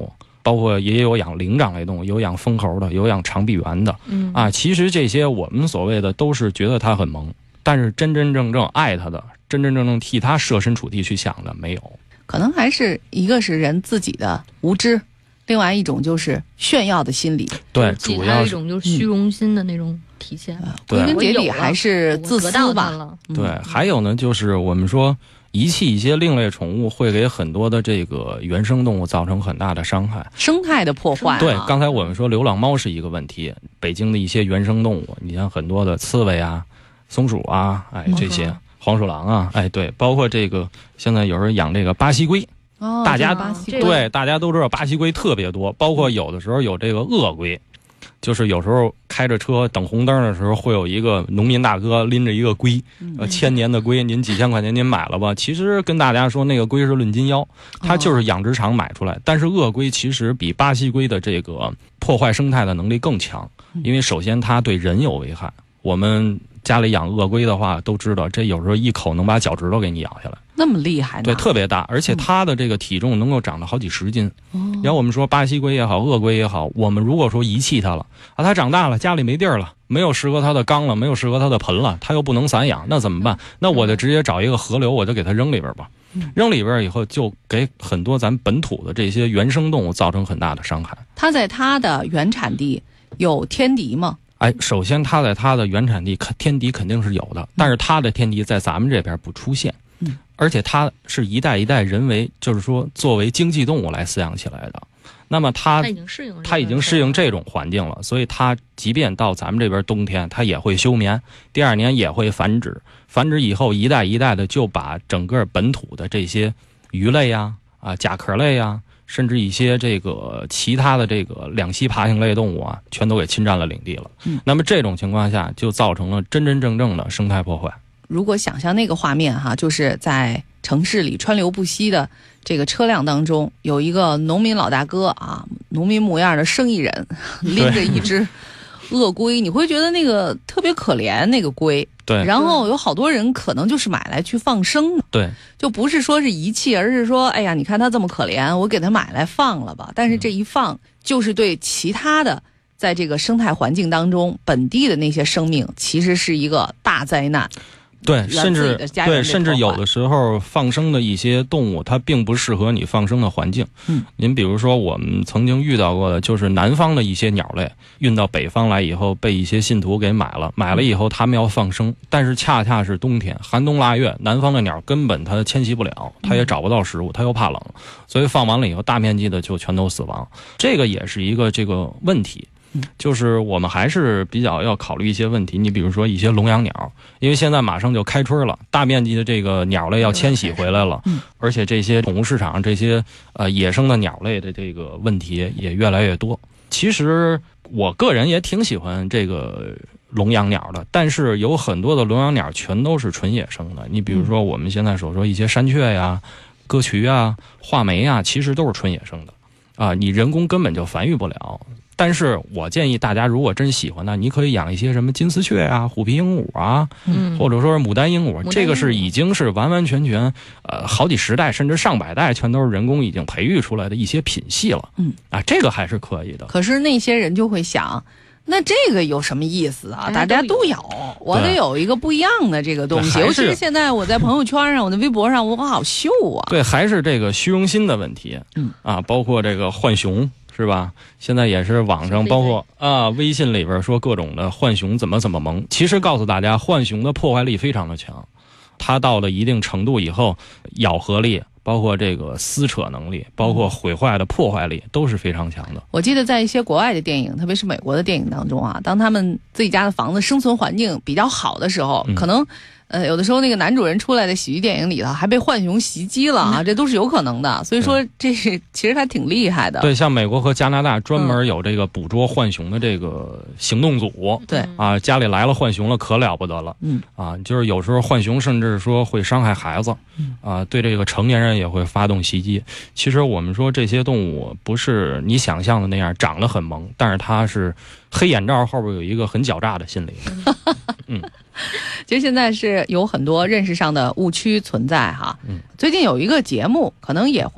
Speaker 2: 包括也有养灵长类动物，有养封猴的，有养长臂猿的，其实这些我们所谓的都是觉得它很萌，但是真真正正爱它的，真真正正替它设身处地去想的没有。
Speaker 1: 可能还是一个是人自己的无知，另外一种就是炫耀的心理。
Speaker 2: 对，主要
Speaker 3: 一种就是虚荣心的那种体现。
Speaker 1: 归根结底还是自私吧。
Speaker 2: 对，还有呢，就是我们说遗弃一些另类宠物会给很多的这个原生动物造成很大的伤害，
Speaker 1: 生态的破坏。
Speaker 2: 对，刚才我们说流浪猫是一个问题，北京的一些原生动物，你像很多的刺猬啊、松鼠啊，这些黄鼠狼啊，对，包括这个现在有人养这个巴西龟，大家对大家都知道巴西龟特别多，包括有的时候有这个鳄龟。就是有时候开着车等红灯的时候，会有一个农民大哥拎着一个龟，1000年的龟，您几千块钱您买了吧？其实跟大家说，那个龟是论斤腰，它就是养殖场买出来。但是鳄龟其实比巴西龟的这个破坏生态的能力更强，因为首先它对人有危害。我们家里养鳄龟的话都知道，这有时候一口能把脚趾头给你咬下来，那
Speaker 1: 么厉害呢？
Speaker 2: 对，特别大，而且它的这个体重能够长到好几10斤。然后我们说巴西龟也好，鳄龟也好，我们如果说遗弃它了它长大了，家里没地儿了，没有适合它的缸了，没有适合它的盆了，它又不能散养，那怎么办？那我就直接找一个河流，我就给它扔里边吧。扔里边以后，就给很多咱本土的这些原生动物造成很大的伤害。
Speaker 1: 它在它的原产地有天敌吗？
Speaker 2: 首先它在它的原产地天敌肯定是有的，但是它的天敌在咱们这边不出现，而且它是一代一代人为，就是说作为经济动物来饲养起来的。那么它已经适应这种环境了，所以它即便到咱们这边冬天，它也会休眠，第2年也会繁殖，繁殖以后一代一代的就把整个本土的这些鱼类呀、甲壳类呀，甚至一些这个其他的这个两栖爬行类动物全都给侵占了领地了。那么这种情况下就造成了真真正正的生态破坏。
Speaker 1: 如果想象那个画面就是在城市里川流不息的这个车辆当中，有一个农民老大哥农民模样的生意人拎着一只鳄龟，你会觉得那个特别可怜，那个龟。
Speaker 2: 对，
Speaker 1: 然后有好多人可能就是买来去放生，
Speaker 2: 对，
Speaker 1: 就不是说是遗弃，而是说，哎呀，你看它这么可怜，我给它买来放了吧。但是这一放，就是对其他的在这个生态环境当中本地的那些生命，其实是一个大灾难。
Speaker 2: 对，甚至有的时候放生的一些动物，它并不适合你放生的环境。您比如说我们曾经遇到过的，就是南方的一些鸟类运到北方来以后，被一些信徒给买了以后他们要放生，但是恰恰是冬天寒冬腊月，南方的鸟根本它迁徙不了，它也找不到食物，它又怕冷，所以放完了以后大面积的就全都死亡，这个也是一个这个问题。就是我们还是比较要考虑一些问题，你比如说一些笼养鸟，因为现在马上就开春了，大面积的这个鸟类要迁徙回来了，而且这些宠物市场这些野生的鸟类的这个问题也越来越多。其实我个人也挺喜欢这个笼养鸟的，但是有很多的笼养鸟全都是纯野生的，你比如说我们现在所说一些山雀呀、歌渠啊、画眉啊，其实都是纯野生的你人工根本就繁育不了。但是我建议大家，如果真喜欢呢，你可以养一些什么金丝雀啊、虎皮鹦鹉啊，或者说是牡丹鹦鹉，这个是已经是完完全全好几10代甚至上百代全都是人工已经培育出来的一些品系了。这个还是可以的。
Speaker 1: 可是那些人就会想，那这个有什么意思啊？大家都有，我得有一个不一样的这个东西。尤其是现在我在朋友圈上、我的微博上，我好秀啊。
Speaker 2: 对，还是这个虚荣心的问题。包括这个浣熊。是吧？现在也是网上包括微信里边说各种的浣熊怎么萌。其实告诉大家，浣熊的破坏力非常的强，它到了一定程度以后，咬合力，包括这个撕扯能力，包括毁坏的破坏力都是非常强的。
Speaker 1: 我记得在一些国外的电影，特别是美国的电影当中当他们自己家的房子生存环境比较好的时候，可能有的时候那个男主人出来的喜剧电影里头还被浣熊袭击了这都是有可能的。所以说这是其实还挺厉害的。
Speaker 2: 对，像美国和加拿大专门有这个捕捉浣熊的这个行动组。
Speaker 1: 对
Speaker 2: 家里来了浣熊了，可了不得了。就是有时候浣熊甚至说会伤害孩子对这个成年人也会发动袭击。其实我们说这些动物不是你想象的那样长得很萌，但是它是黑眼罩后边有一个很狡诈的心理。
Speaker 1: 其实现在是有很多认识上的误区存在最近有一个节目可能也会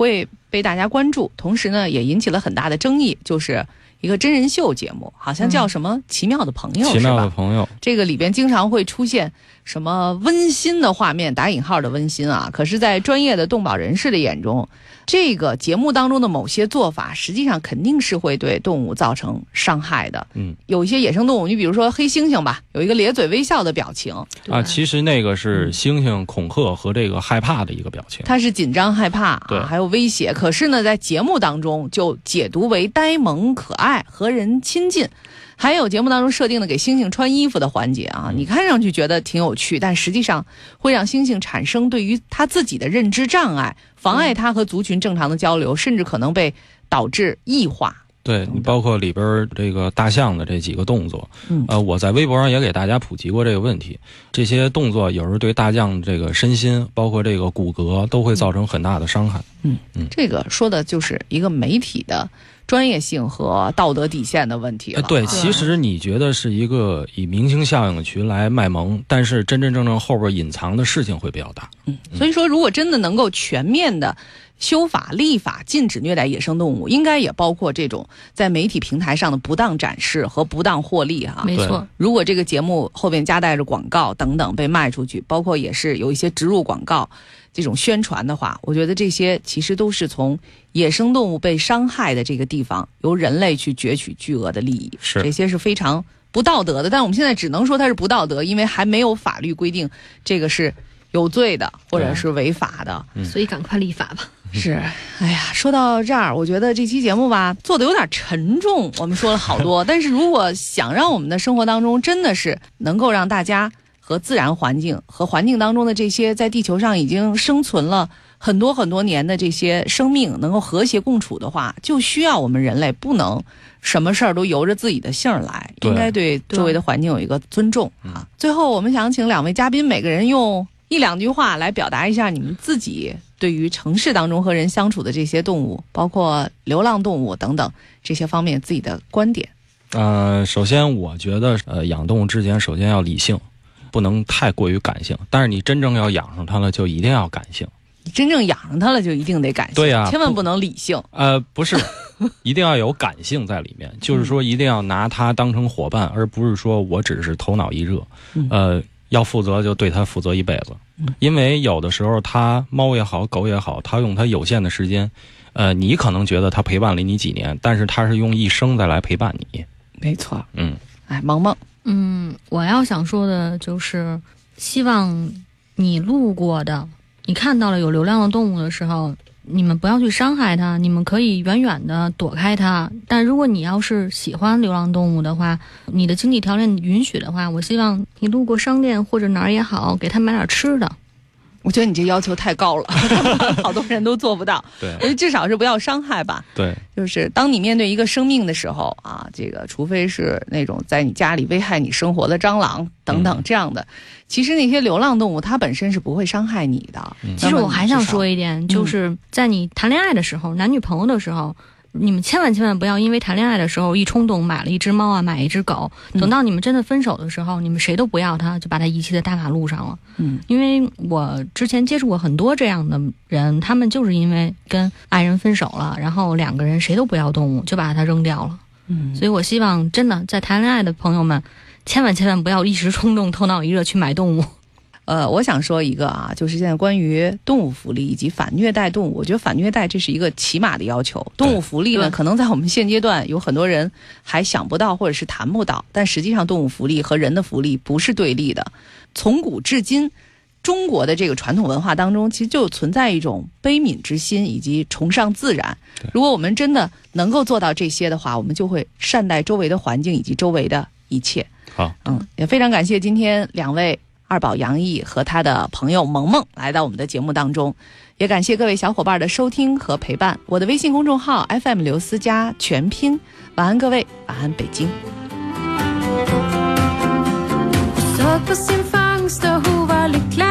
Speaker 1: 被大家关注，同时呢也引起了很大的争议，就是一个真人秀节目，好像叫什么奇妙的朋友，
Speaker 2: 奇妙的朋友，
Speaker 1: 这个里边经常会出现什么温馨的画面，打引号的温馨啊，可是在专业的动保人士的眼中，这个节目当中的某些做法实际上肯定是会对动物造成伤害的。有一些野生动物，你比如说黑猩猩吧，有一个咧嘴微笑的表情
Speaker 2: 啊，其实那个是猩猩恐吓和这个害怕的一个表情，
Speaker 1: 它是紧张害怕
Speaker 2: 对，
Speaker 1: 还有威胁，可是呢在节目当中就解读为呆萌可爱和人亲近。还有节目当中设定的给猩猩穿衣服的环节啊，你看上去觉得挺有趣，但实际上会让猩猩产生对于他自己的认知障碍，妨碍他和族群正常的交流，甚至可能被导致异化。
Speaker 2: 对，你包括里边这个大象的这几个动作，我在微博上也给大家普及过这个问题。这些动作有时候对大象这个身心，包括这个骨骼，都会造成很大的伤害。
Speaker 1: 这个说的就是一个媒体的专业性和道德底线的问题了。
Speaker 2: 对，其实你觉得是一个以明星效应群来卖萌，但是真真正正后边隐藏的事情会比较大。
Speaker 1: 所以说如果真的能够全面的修法立法禁止虐待野生动物，应该也包括这种在媒体平台上的不当展示和不当获利哈。
Speaker 3: 没错，
Speaker 1: 如果这个节目后边夹带着广告等等被卖出去，包括也是有一些植入广告这种宣传的话，我觉得这些其实都是从野生动物被伤害的这个地方由人类去攫取巨额的利益，这些是非常不道德的。但我们现在只能说它是不道德，因为还没有法律规定这个是有罪的或者是违法的，
Speaker 3: 所以赶快立法吧。
Speaker 1: 是，哎呀，说到这儿，我觉得这期节目吧做的有点沉重，我们说了好多，但是如果想让我们的生活当中真的是能够让大家和自然环境和环境当中的这些在地球上已经生存了很多很多年的这些生命能够和谐共处的话，就需要我们人类不能什么事儿都由着自己的性儿来，应该对周围的环境有一个尊重啊。最后我们想请两位嘉宾每个人用一两句话来表达一下你们自己对于城市当中和人相处的这些动物，包括流浪动物等等这些方面自己的观点。
Speaker 2: 首先我觉得养动物之前首先要理性，不能太过于感性，但是你真正要养上它了就一定要感性，
Speaker 1: 你真正养上它了就一定得感性，
Speaker 2: 对呀，
Speaker 1: 千万不能理性。
Speaker 2: 不是一定要有感性在里面，就是说一定要拿它当成伙伴，而不是说我只是头脑一热。要负责就对它负责一辈子，因为有的时候它猫也好狗也好，它用它有限的时间，你可能觉得它陪伴了你几年，但是它是用一生再来陪伴你。
Speaker 1: 没错。萌萌，
Speaker 3: 我要想说的就是希望你路过的，你看到了有流浪的动物的时候，你们不要去伤害它，你们可以远远的躲开它。但如果你要是喜欢流浪动物的话，你的经济条件允许的话，我希望你路过商店或者哪儿也好，给它买点吃的。
Speaker 1: 我觉得你这要求太高了，好多人都做不到。
Speaker 2: 对，
Speaker 1: 我觉得至少是不要伤害吧。
Speaker 2: 对，
Speaker 1: 就是当你面对一个生命的时候啊，这个除非是那种在你家里危害你生活的蟑螂等等这样的，其实那些流浪动物它本身是不会伤害你的。
Speaker 3: 其实我还想说一点，就是在你谈恋爱的时候，男女朋友的时候，你们千万不要因为谈恋爱的时候一冲动买了一只猫啊，买一只狗，等到你们真的分手的时候，你们谁都不要它，就把它遗弃在大马路上了。因为我之前接触过很多这样的人，他们就是因为跟爱人分手了，然后两个人谁都不要动物，就把它扔掉了。所以我希望真的在谈恋爱的朋友们，千万不要一时冲动、头脑一热去买动物。
Speaker 1: 我想说一个啊，就是现在关于动物福利以及反虐待动物，我觉得反虐待这是一个起码的要求。动物福利呢，可能在我们现阶段有很多人还想不到或者是谈不到，但实际上动物福利和人的福利不是对立的。从古至今，中国的这个传统文化当中，其实就存在一种悲悯之心以及崇尚自然。如果我们真的能够做到这些的话，我们就会善待周围的环境以及周围的一切。
Speaker 2: 好，
Speaker 1: 也非常感谢今天两位二宝杨毅和他的朋友萌萌来到我们的节目当中，也感谢各位小伙伴的收听和陪伴。我的微信公众号 FM 刘思佳全拼，晚安各位，晚安北京。
Speaker 5: Söt på sin fångst och hon var lycklig